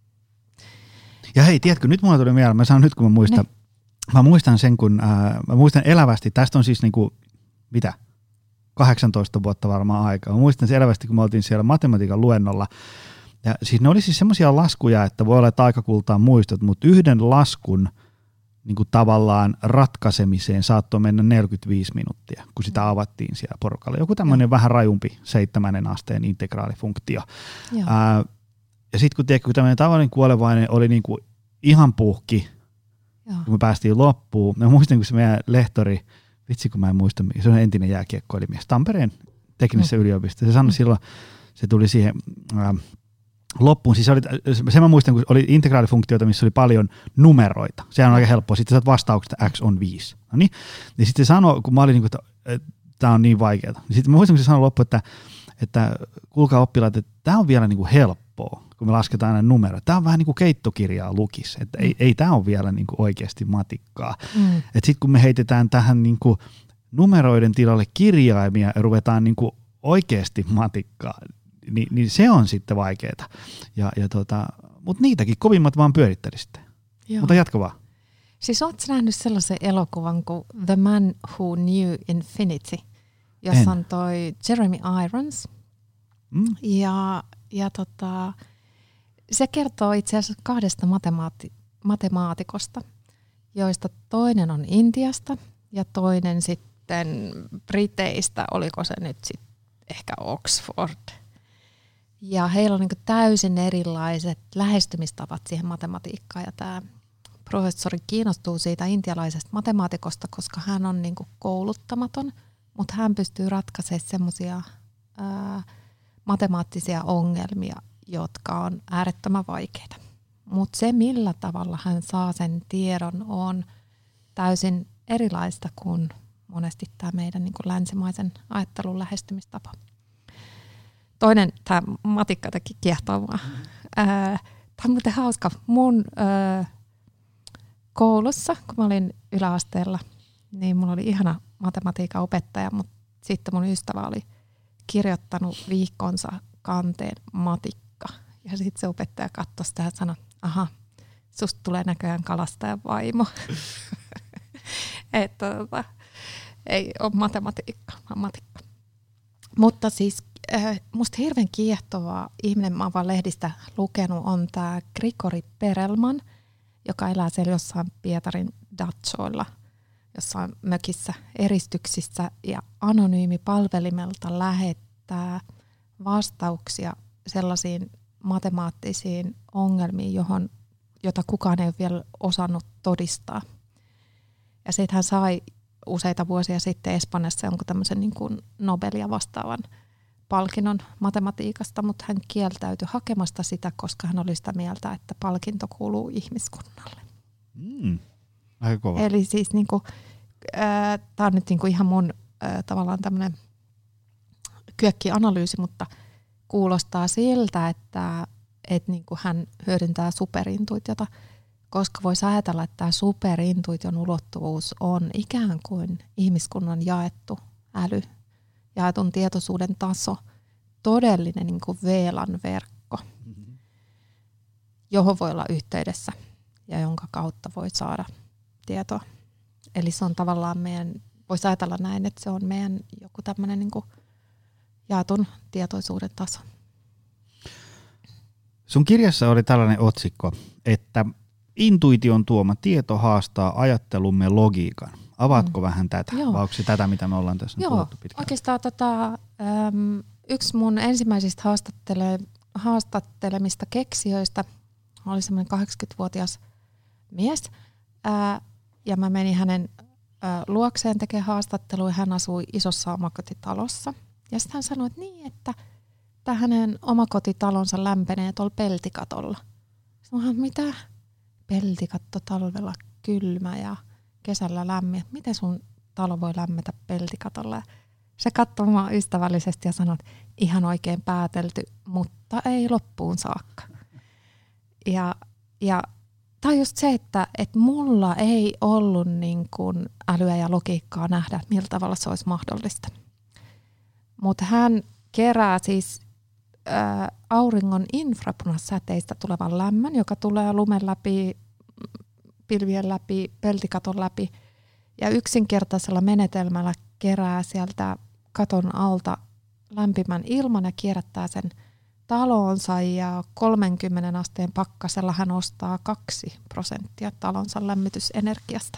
Ja hei, tiedätkö, nyt mulla tuli mieleen, mä sanon nyt kun mä muistan, niin. mä muistan sen, kun äh, mä muistan elävästi, tästä on siis niinku, mitä, kahdeksantoista vuotta varmaan aikaa. Mä muistan sen elävästi, kun me oltiin siellä matematiikan luennolla. Ja siis ne oli siis semmoisia laskuja, että voi olla, että aikakultaan muistot, mutta yhden laskun niin kuin tavallaan ratkaisemiseen saattoi mennä neljäkymmentäviisi minuuttia, kun sitä avattiin siellä porukalla. Joku tämmöinen vähän rajumpi seitsemännen asteen integraalifunktio. Ää, ja sitten kun, tiedätkö, kun tämmöinen tavallinen kuolevainen oli niin kuin ihan puhki, Joo. kun me päästiin loppuun. Mä muistan, kun se meidän lehtori, vitsi kun mä en muista, se on entinen jääkiekkoilimies Tampereen teknisessä mm. yliopistossa. Se sanoi mm. silloin, se tuli siihen ää, loppuun, siis oli, sen mä muistan, kun oli integraalifunktioita, missä oli paljon numeroita. Sehän on aika helppoa. Sitten saat vastauksesta x on viisi. No niin. Ja sitten se sanoi, kun mä olin, niin kuin, että tämä on niin vaikeaa. Niin sitten mä muistan, kun se sanoi loppuun, että, että kuulkaa oppilaat, että tämä on vielä niin kuin helppoa, kun me lasketaan aina numeroita. Tämä on vähän niin kuin keittokirjaa lukis. Että mm. ei, ei tämä ole vielä niin kuin oikeasti matikkaa. Mm. Että sitten kun me heitetään tähän niin kuin numeroiden tilalle kirjaimia ja ruvetaan niin kuin oikeasti matikkaa, Ni, niin se on sitten vaikeeta. Ja, ja tota, mutta niitäkin kovimmat vaan pyöritteli sitten. Joo. Mutta jatka vaan. Siis ootko nähnyt sellaisen elokuvan kuin The Man Who Knew Infinity, jossa en. on toi Jeremy Irons. Mm. Ja, ja tota, se kertoo itse asiassa kahdesta matemaati- matemaatikosta, joista toinen on Intiasta ja toinen sitten Briteistä, oliko se nyt sitten ehkä Oxford. Ja heillä on niin kuin täysin erilaiset lähestymistavat siihen matematiikkaan. Ja tämä professori kiinnostuu siitä intialaisesta matemaatikosta, koska hän on niin kuin kouluttamaton, mutta hän pystyy ratkaisemaan semmoisia matemaattisia ongelmia, jotka on äärettömän vaikeita. Mutta se, millä tavalla hän saa sen tiedon, on täysin erilaista kuin monesti tämä meidän niin kuin länsimaisen ajattelun lähestymistapa. Toinen, tämä matikka teki kiehtovaa. Tämä on muuten hauska. Mun ää, koulussa, kun mä olin yläasteella, niin mulla oli ihana matematiikan opettaja, mutta sitten mun ystävä oli kirjoittanut viikkonsa kanteen matikka. Ja sitten se opettaja katsoi sitä ja sanoi, aha, susta tulee näköjään kalastajan vaimo. Että tota, ei ole matematiikka, vaan matikka. Mutta siis äh, musta hirveän kiehtovaa ihminen, mä oon vaan lehdistä lukenut, on tää Grigori Perelman, joka elää siellä jossain Pietarin datsoilla, jossain mökissä eristyksissä ja anonyymi palvelimelta lähettää vastauksia sellaisiin matemaattisiin ongelmiin, johon, jota kukaan ei ole vielä osannut todistaa. Ja sitten hän sai useita vuosia sitten Espanjassa jonkun tämmöisen niin kuin Nobelia vastaavan palkinnon matematiikasta, mutta hän kieltäytyi hakemasta sitä, koska hän oli sitä mieltä, että palkinto kuuluu ihmiskunnalle. Mm, aika kova. Eli siis niinku, äh, tämä on nyt niinku ihan mun äh, tavallaan tämmöinen kyökkianalyysi, mutta kuulostaa siltä, että et niinku hän hyödyntää superintuitiota, koska voisi ajatella, että tämä superintuition ulottuvuus on ikään kuin ihmiskunnan jaettu äly, jaetun tietoisuuden taso, todellinen niinku V L A N-verkko, mm-hmm. johon voi olla yhteydessä ja jonka kautta voi saada tietoa. Eli se on tavallaan meidän, voisi ajatella näin, että se on meidän joku tämmöinen niinku jaetun tietoisuuden taso. Sun kirjassa oli tällainen otsikko, että intuition tuoma tieto haastaa ajattelumme logiikan. Avaatko mm. vähän tätä? Vai onko se tätä, mitä me ollaan tässä Joo, puhuttu pitkään? Oikeastaan tota, äm, yksi mun ensimmäisistä haastattele, haastattelemista keksijöistä oli semmoinen kahdeksankymmentävuotias mies. Ää, ja mä menin hänen ää, luokseen tekemään haastattelua. Hän asui isossa omakotitalossa. Ja sitten hän sanoi, että niin, että tämä hänen omakotitalonsa lämpenee tuolla peltikatolla. Sanoin, mitä? Peltikatto talvella kylmä ja kesällä lämmin. Miten sun talo voi lämmetä peltikatolla? Se katsoi mua ystävällisesti ja sanoi, että ihan oikein päätelty, mutta ei loppuun saakka. Ja, ja tämä on just se, että, että mulla ei ollut niin kuin älyä ja logiikkaa nähdä, että millä tavalla se olisi mahdollista. Mutta hän kerää siis ä, auringon infrapunasäteistä tulevan lämmön, joka tulee lumen läpi, pilvien läpi, peltikaton läpi. Ja yksinkertaisella menetelmällä kerää sieltä katon alta lämpimän ilman ja kierrättää sen talonsa. Ja kolmenkymmenen asteen pakkasella hän ostaa kaksi prosenttia talonsa lämmitysenergiasta.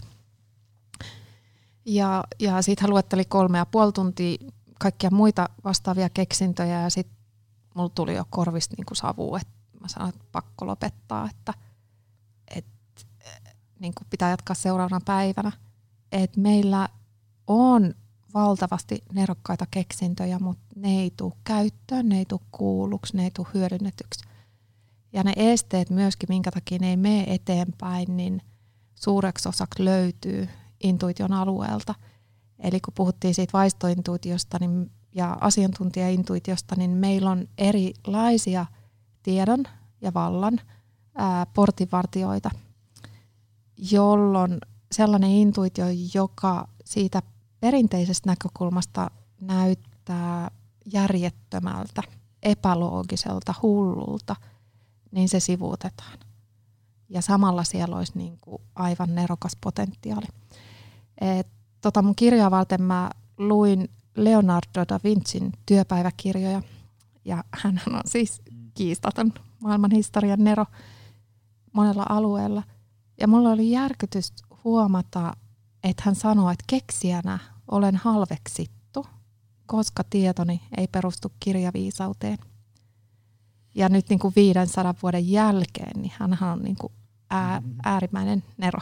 Ja, ja sitten hän luetteli kolme ja puoli tuntia kaikkia muita vastaavia keksintöjä ja sitten mulla tuli jo korvista niinku savu, että mä sanoin, että pakko lopettaa, että et, niinku pitää jatkaa seuraavana päivänä. Et meillä on valtavasti nerokkaita keksintöjä, mutta ne ei tule käyttöön, ne ei tule kuulluksi, ne ei tule hyödynnetyksi. Ja ne esteet myöskin, minkä takia ne ei mene eteenpäin, niin suureksi osaksi löytyy intuition alueelta. Eli kun puhuttiin siitä vaistointuitiosta niin, ja asiantuntijaintuitiosta, niin meillä on erilaisia tiedon ja vallan ää, portinvartijoita, jolloin sellainen intuitio, joka siitä perinteisestä näkökulmasta näyttää järjettömältä, epäloogiselta, hullulta, niin se sivuutetaan. Ja samalla siellä olisi niin kuin aivan nerokas potentiaali. Et Tota mun kirjaa varten mä luin Leonardo da Vincin työpäiväkirjoja, ja hän on siis kiistaton maailman historian nero monella alueella. Ja mulla oli järkytys huomata, että hän sanoi, että keksijänä olen halveksittu, koska tietoni ei perustu kirjaviisauteen. Ja nyt niin kuin viidensadan vuoden jälkeen, niin hänhän on niin kuin ää, äärimmäinen nero.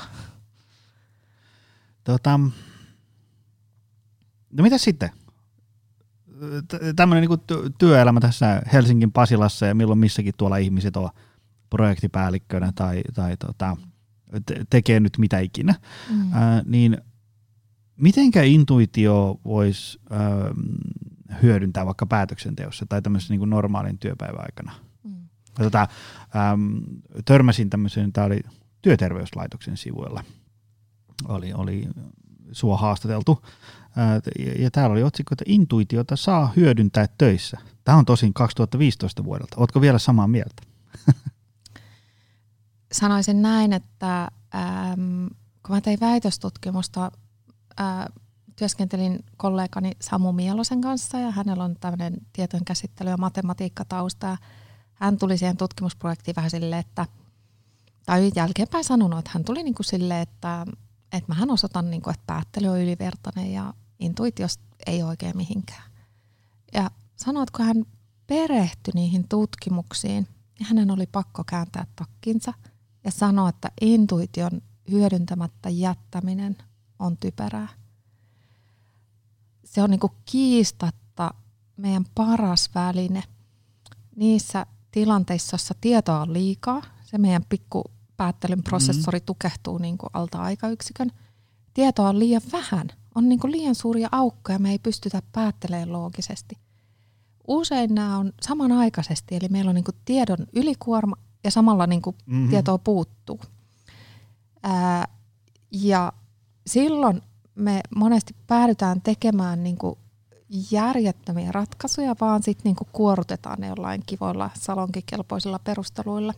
Tota... No mitä sitten? Tämmöinen niin työelämä tässä Helsingin Pasilassa ja milloin missäkin tuolla ihmiset on projektipäällikkönä tai, tai tota, te- tekee nyt mitä ikinä. Mm. Ää, niin mitenkä intuitio voisi ää, hyödyntää vaikka päätöksenteossa tai tämmöisessä niin kuin normaalin työpäivän aikana? Mm. Tota, äm, törmäsin tämmöiseen, tämä oli Työterveyslaitoksen sivuilla. Oli, oli sua haastateltu. Ja täällä oli otsikko, että intuitiota saa hyödyntää töissä. Tämä on tosin kaksituhattaviisitoista vuodelta. Ootko vielä samaa mieltä? Sanoisin näin, että ähm, kun mä tein väitöstutkimusta, äh, työskentelin kollegani Samu Mielosen kanssa ja hänellä on tämmöinen tietojen käsittely- ja matematiikkatausta. Ja hän tuli siihen tutkimusprojektiin vähän silleen, että, tai jälkeenpäin sanonut, että hän tuli niin kuin silleen, että, että mähän osoitan, niin kuin, että päättely on ylivertainen ja intuitiosta ei oikein mihinkään. Ja sanoi, että kun hän perehtyi niihin tutkimuksiin, niin hänen oli pakko kääntää takkinsa ja sanoa, että intuition hyödyntämättä jättäminen on typerää. Se on niin kuin kiistatta meidän paras väline niissä tilanteissa, joissa tietoa on liikaa. Se meidän pikku päättelyn prosessori mm-hmm. tukehtuu niin kuin alta aikayksikön. Tietoa on liian vähän. On niin kuin liian suuria aukkoja, me ei pystytä päättelemään loogisesti. Usein nämä on samanaikaisesti, eli meillä on niin kuin tiedon ylikuorma ja samalla niin kuin mm-hmm. tietoa puuttuu. Ää, ja silloin me monesti päädytään tekemään niin kuin järjettömiä ratkaisuja, vaan sitten niin kuin kuorutetaan ne jollain kivoilla salonkikelpoisilla perusteluilla.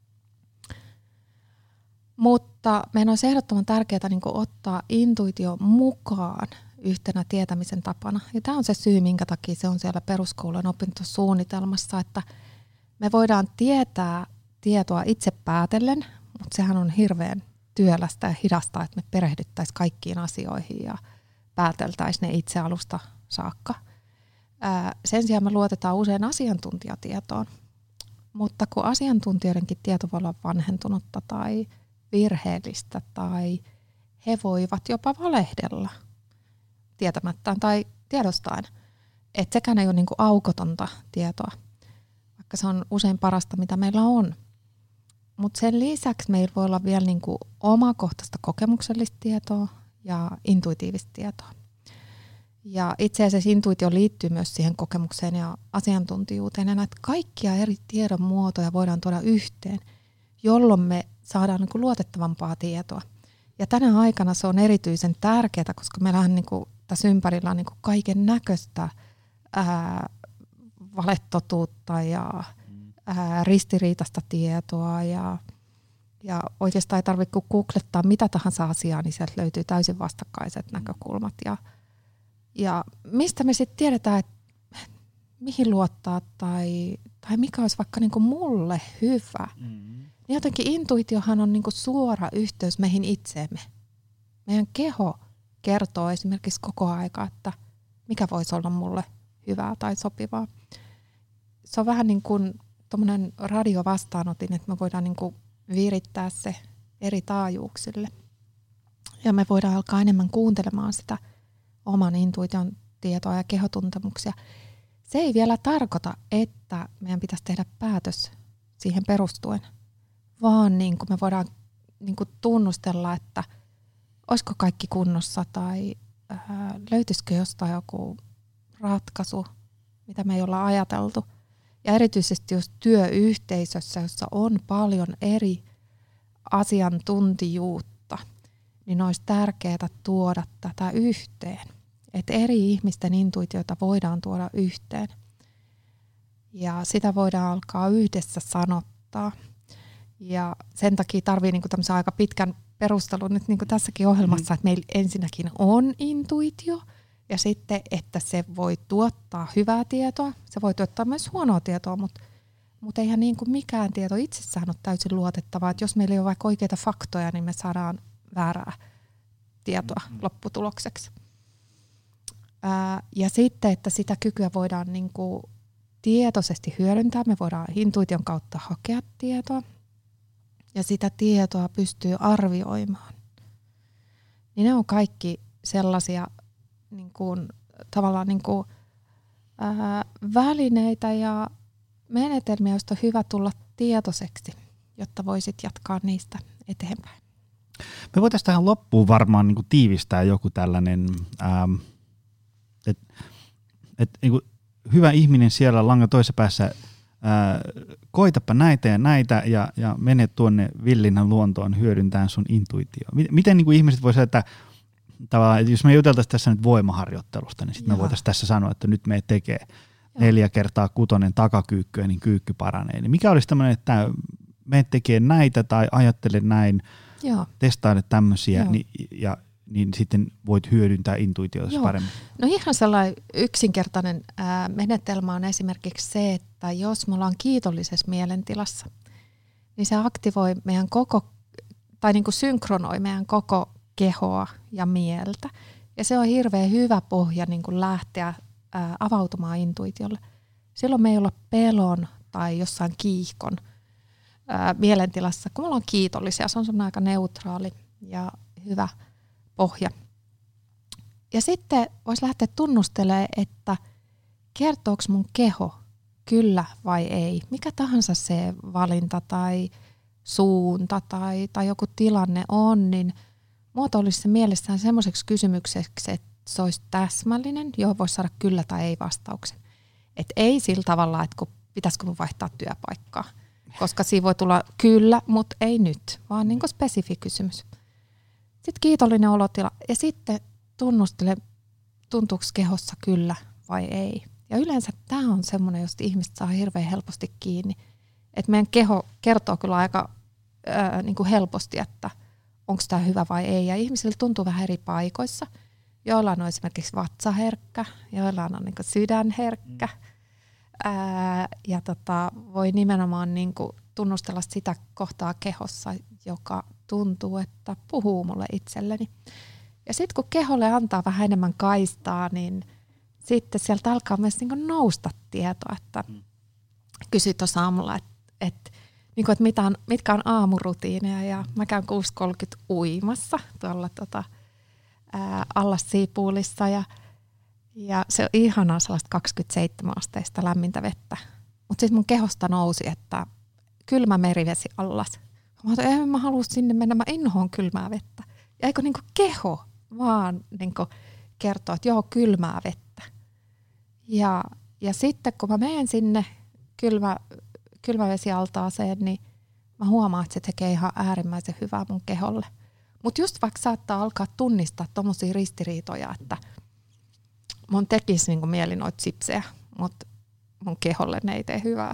Mutta meidän olisi ehdottoman tärkeää niin kuin ottaa intuitio mukaan yhtenä tietämisen tapana. Ja tämä on se syy, minkä takia se on siellä peruskoulun opintosuunnitelmassa, että me voidaan tietää tietoa itse päätellen, mutta sehän on hirveän työlästä ja hidasta, että me perehdyttäisiin kaikkiin asioihin ja pääteltäisiin ne itse alusta saakka. Ää, sen sijaan me luotetaan usein asiantuntijatietoon, mutta kun asiantuntijoidenkin tieto voi olla vanhentunutta tai virheellistä tai he voivat jopa valehdella tietämättään tai tiedostaen, että sekään ei ole niin kuin aukotonta tietoa, vaikka se on usein parasta, mitä meillä on. Mutta sen lisäksi meillä voi olla vielä niin kuin omakohtaista kokemuksellista tietoa ja intuitiivista tietoa. Ja itse asiassa intuitio liittyy myös siihen kokemukseen ja asiantuntijuuteen. Ja näitä kaikkia eri tiedon muotoja voidaan tuoda yhteen, jolloin me saadaan niin kuin luotettavampaa tietoa. Ja tänä aikana se on erityisen tärkeää, koska meillähän niin kuin tässä ympärillä on niin kuin kaiken näköistä ää, valetotuutta ja ää, ristiriitaista tietoa. Ja, ja oikeastaan ei tarvitse kuin googlettaa mitä tahansa asiaa, niin sieltä löytyy täysin vastakkaiset näkökulmat. Ja, ja mistä me sitten tiedetään, että mihin luottaa tai, tai mikä olisi vaikka niin kuin mulle hyvä. Mm-hmm. Niin jotenkin intuitiohan on niin kuin suora yhteys meihin itseemme. Meidän keho kertoo esimerkiksi koko aika, että mikä voisi olla mulle hyvää tai sopivaa. Se on vähän niin kuin tuommoinen radiovastaanotin, että me voidaan niin kuin virittää se eri taajuuksille. Ja me voidaan alkaa enemmän kuuntelemaan sitä oman intuition tietoa ja kehotuntemuksia. Se ei vielä tarkoita, että meidän pitäisi tehdä päätös siihen perustuen, vaan niin kuin me voidaan niin kuin tunnustella, että olisiko kaikki kunnossa tai ää, löytyisikö jostain joku ratkaisu, mitä me ei olla ajateltu. Ja erityisesti jos työyhteisössä, jossa on paljon eri asiantuntijuutta, niin olisi tärkeää tuoda tätä yhteen. Että eri ihmisten intuitioita voidaan tuoda yhteen. Ja sitä voidaan alkaa yhdessä sanottaa. Ja sen takia tarvii niinku tämmöisen aika pitkän perustelun nyt niinku tässäkin ohjelmassa, mm. että meillä ensinnäkin on intuitio ja sitten, että se voi tuottaa hyvää tietoa. Se voi tuottaa myös huonoa tietoa, mutta, mutta eihän niin kuin mikään tieto itsessään ole täysin luotettavaa. Että jos meillä ei ole vaikka oikeita faktoja, niin me saadaan väärää tietoa mm. lopputulokseksi. Ää, ja sitten, että sitä kykyä voidaan niinku tietoisesti hyödyntää. Me voidaan intuition kautta hakea tietoa. Ja sitä tietoa pystyy arvioimaan. Niin ne on kaikki sellaisia niin kuin, tavallaan niin kuin, ää, välineitä ja menetelmiä, joista on hyvä tulla tietoiseksi, jotta voisit jatkaa niistä eteenpäin. Me voitaisiin tähän loppuun varmaan niin kuin tiivistää joku tällainen, että et, niin kuin hyvä ihminen siellä langan toisessa päässä, Ää, koitapa näitä ja näitä ja, ja mene tuonne villinän luontoon hyödyntämään sun intuitio. Miten niin kuin ihmiset voisivat, että tavallaan, että jos me juteltaisiin tässä nyt voimaharjoittelusta, niin sitten me Joo. voitaisiin tässä sanoa, että nyt me tekee neljä kertaa kutonen takakyykkyä, niin kyykky paranee. Niin mikä olisi tämmöinen, että me tekee näitä tai ajattele näin, Joo. testaile tämmöisiä, Joo. niin, ja niin sitten voit hyödyntää intuitiota Joo. paremmin. No ihan sellainen yksinkertainen ää, menetelmä on esimerkiksi se, että jos me ollaan kiitollisessa mielentilassa, niin se aktivoi meidän koko, tai niin kuin synkronoi meidän koko kehoa ja mieltä. Ja se on hirveän hyvä pohja niin kuin lähteä ää, avautumaan intuitiolle. Silloin me ei olla pelon tai jossain kiihkon ää, mielentilassa, kun me ollaan kiitollisia. Se on semmoinen aika neutraali ja hyvä pohja. Ja sitten voisi lähteä tunnustelemaan, että kertooko mun keho kyllä vai ei. Mikä tahansa se valinta tai suunta tai, tai joku tilanne on, niin muotoilisi se mielessään semmoiseksi kysymykseksi, että se olisi täsmällinen, johon voisi saada kyllä tai ei vastauksen. Että ei sillä tavalla, että kun, pitäisikö mun vaihtaa työpaikkaa, koska siinä voi tulla kyllä, mutta ei nyt, vaan niin kuin spesifi kysymys. Sitten kiitollinen olotila ja sitten tunnustele, tuntuuko kehossa kyllä vai ei. Ja yleensä tämä on semmoinen, josta ihmiset saa hirveän helposti kiinni. Että meidän keho kertoo kyllä aika ää, niin kuin helposti, että onko tämä hyvä vai ei. Ja ihmisillä tuntuu vähän eri paikoissa. Joillain on esimerkiksi vatsaherkkä, joillain on niin kuin sydänherkkä. Ää, ja tota, voi nimenomaan niin kuin tunnustella sitä kohtaa kehossa, joka tuntuu, että puhuu mulle itselleni. Ja sitten kun keholle antaa vähän enemmän kaistaa, niin sitten sieltä alkaa myös niin kuin nousta tietoa, että kysyt tuossa aamulla, että, että, niin kuin, että mitä on, mitkä on aamurutiineja, ja mä käyn kuusi kolmekymmentä uimassa tuolla tota, ää, Allassiipuulissa, ja, ja se on ihanaa sellaista kaksikymmentäseitsemän asteista lämmintä vettä. Mutta sitten mun kehosta nousi, että kylmä merivesi allas. Mä ajattelin, että en mä halua sinne mennä, mä inhoon kylmää vettä. Ja eikö niin kuin keho vaan niin kuin kertoo, että joo, kylmää vettä. Ja, ja sitten kun mä menen sinne kylmä, kylmävesialtaaseen, niin mä huomaan, että se tekee ihan äärimmäisen hyvää mun keholle. Mutta just vaikka saattaa alkaa tunnistaa tommosia ristiriitoja, että mun tekisi niinku mieli noita sipsejä, mutta mun keholle ne ei tee hyvää.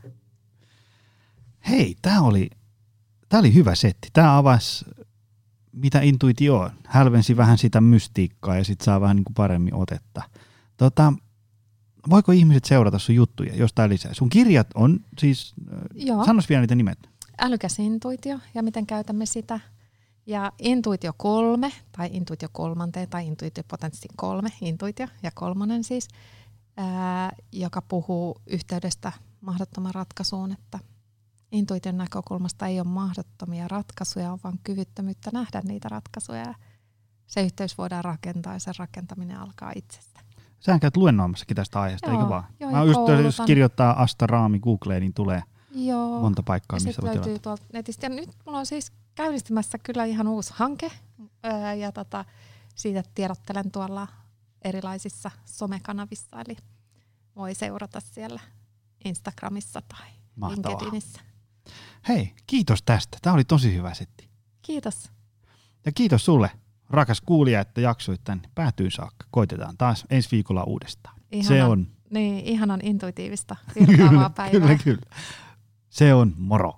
Hei, tää oli, tää oli hyvä setti. Tää avasi, mitä intuitio on. Hälvensi vähän sitä mystiikkaa ja sit saa vähän niinku paremmin otetta. Tota, voiko ihmiset seurata sun juttuja jostain lisää? Sun kirjat on siis, Joo. sanois vielä niitä nimet. Älykäs intuitio ja miten käytämme sitä. Ja intuitio kolme, tai intuitio kolmanteen, tai intuitiopotenssi kolme, intuitio ja kolmonen siis, ää, joka puhuu yhteydestä mahdottoman ratkaisuun, että intuition näkökulmasta ei ole mahdottomia ratkaisuja, vaan kyvyttömyyttä nähdä niitä ratkaisuja. Se yhteys voidaan rakentaa ja sen rakentaminen alkaa itsestä. Sähän käyt luennoimassakin tästä aiheesta, Joo, eikö vaan? joo, Mä ja just, koulutan. jos kirjoittaa Asta Raami Googleen, niin tulee Joo. monta paikkaa, Ja missä sit voi löytyy tilata. tuolta netistä. Ja nyt mulla on siis käynnistymässä kyllä ihan uusi hanke. Öö, ja tota, siitä tiedottelen tuolla erilaisissa somekanavissa. Eli voi seurata siellä Instagramissa tai Mahtavaa. LinkedInissä. Hei, kiitos tästä. Tämä oli tosi hyvä setti. Kiitos. Ja kiitos sulle, rakas kuulija, että jaksoit tänne päätyyn saakka. Koitetaan taas ensi viikolla uudestaan. Ihanan, Se on. Niin, ihanan intuitiivista virtaavaa päivää. Kyllä, kyllä. Se on moro.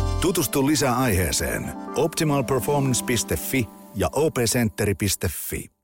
Tutustu lisää aiheeseen optimal performance piste fi ja o p centeri piste fi.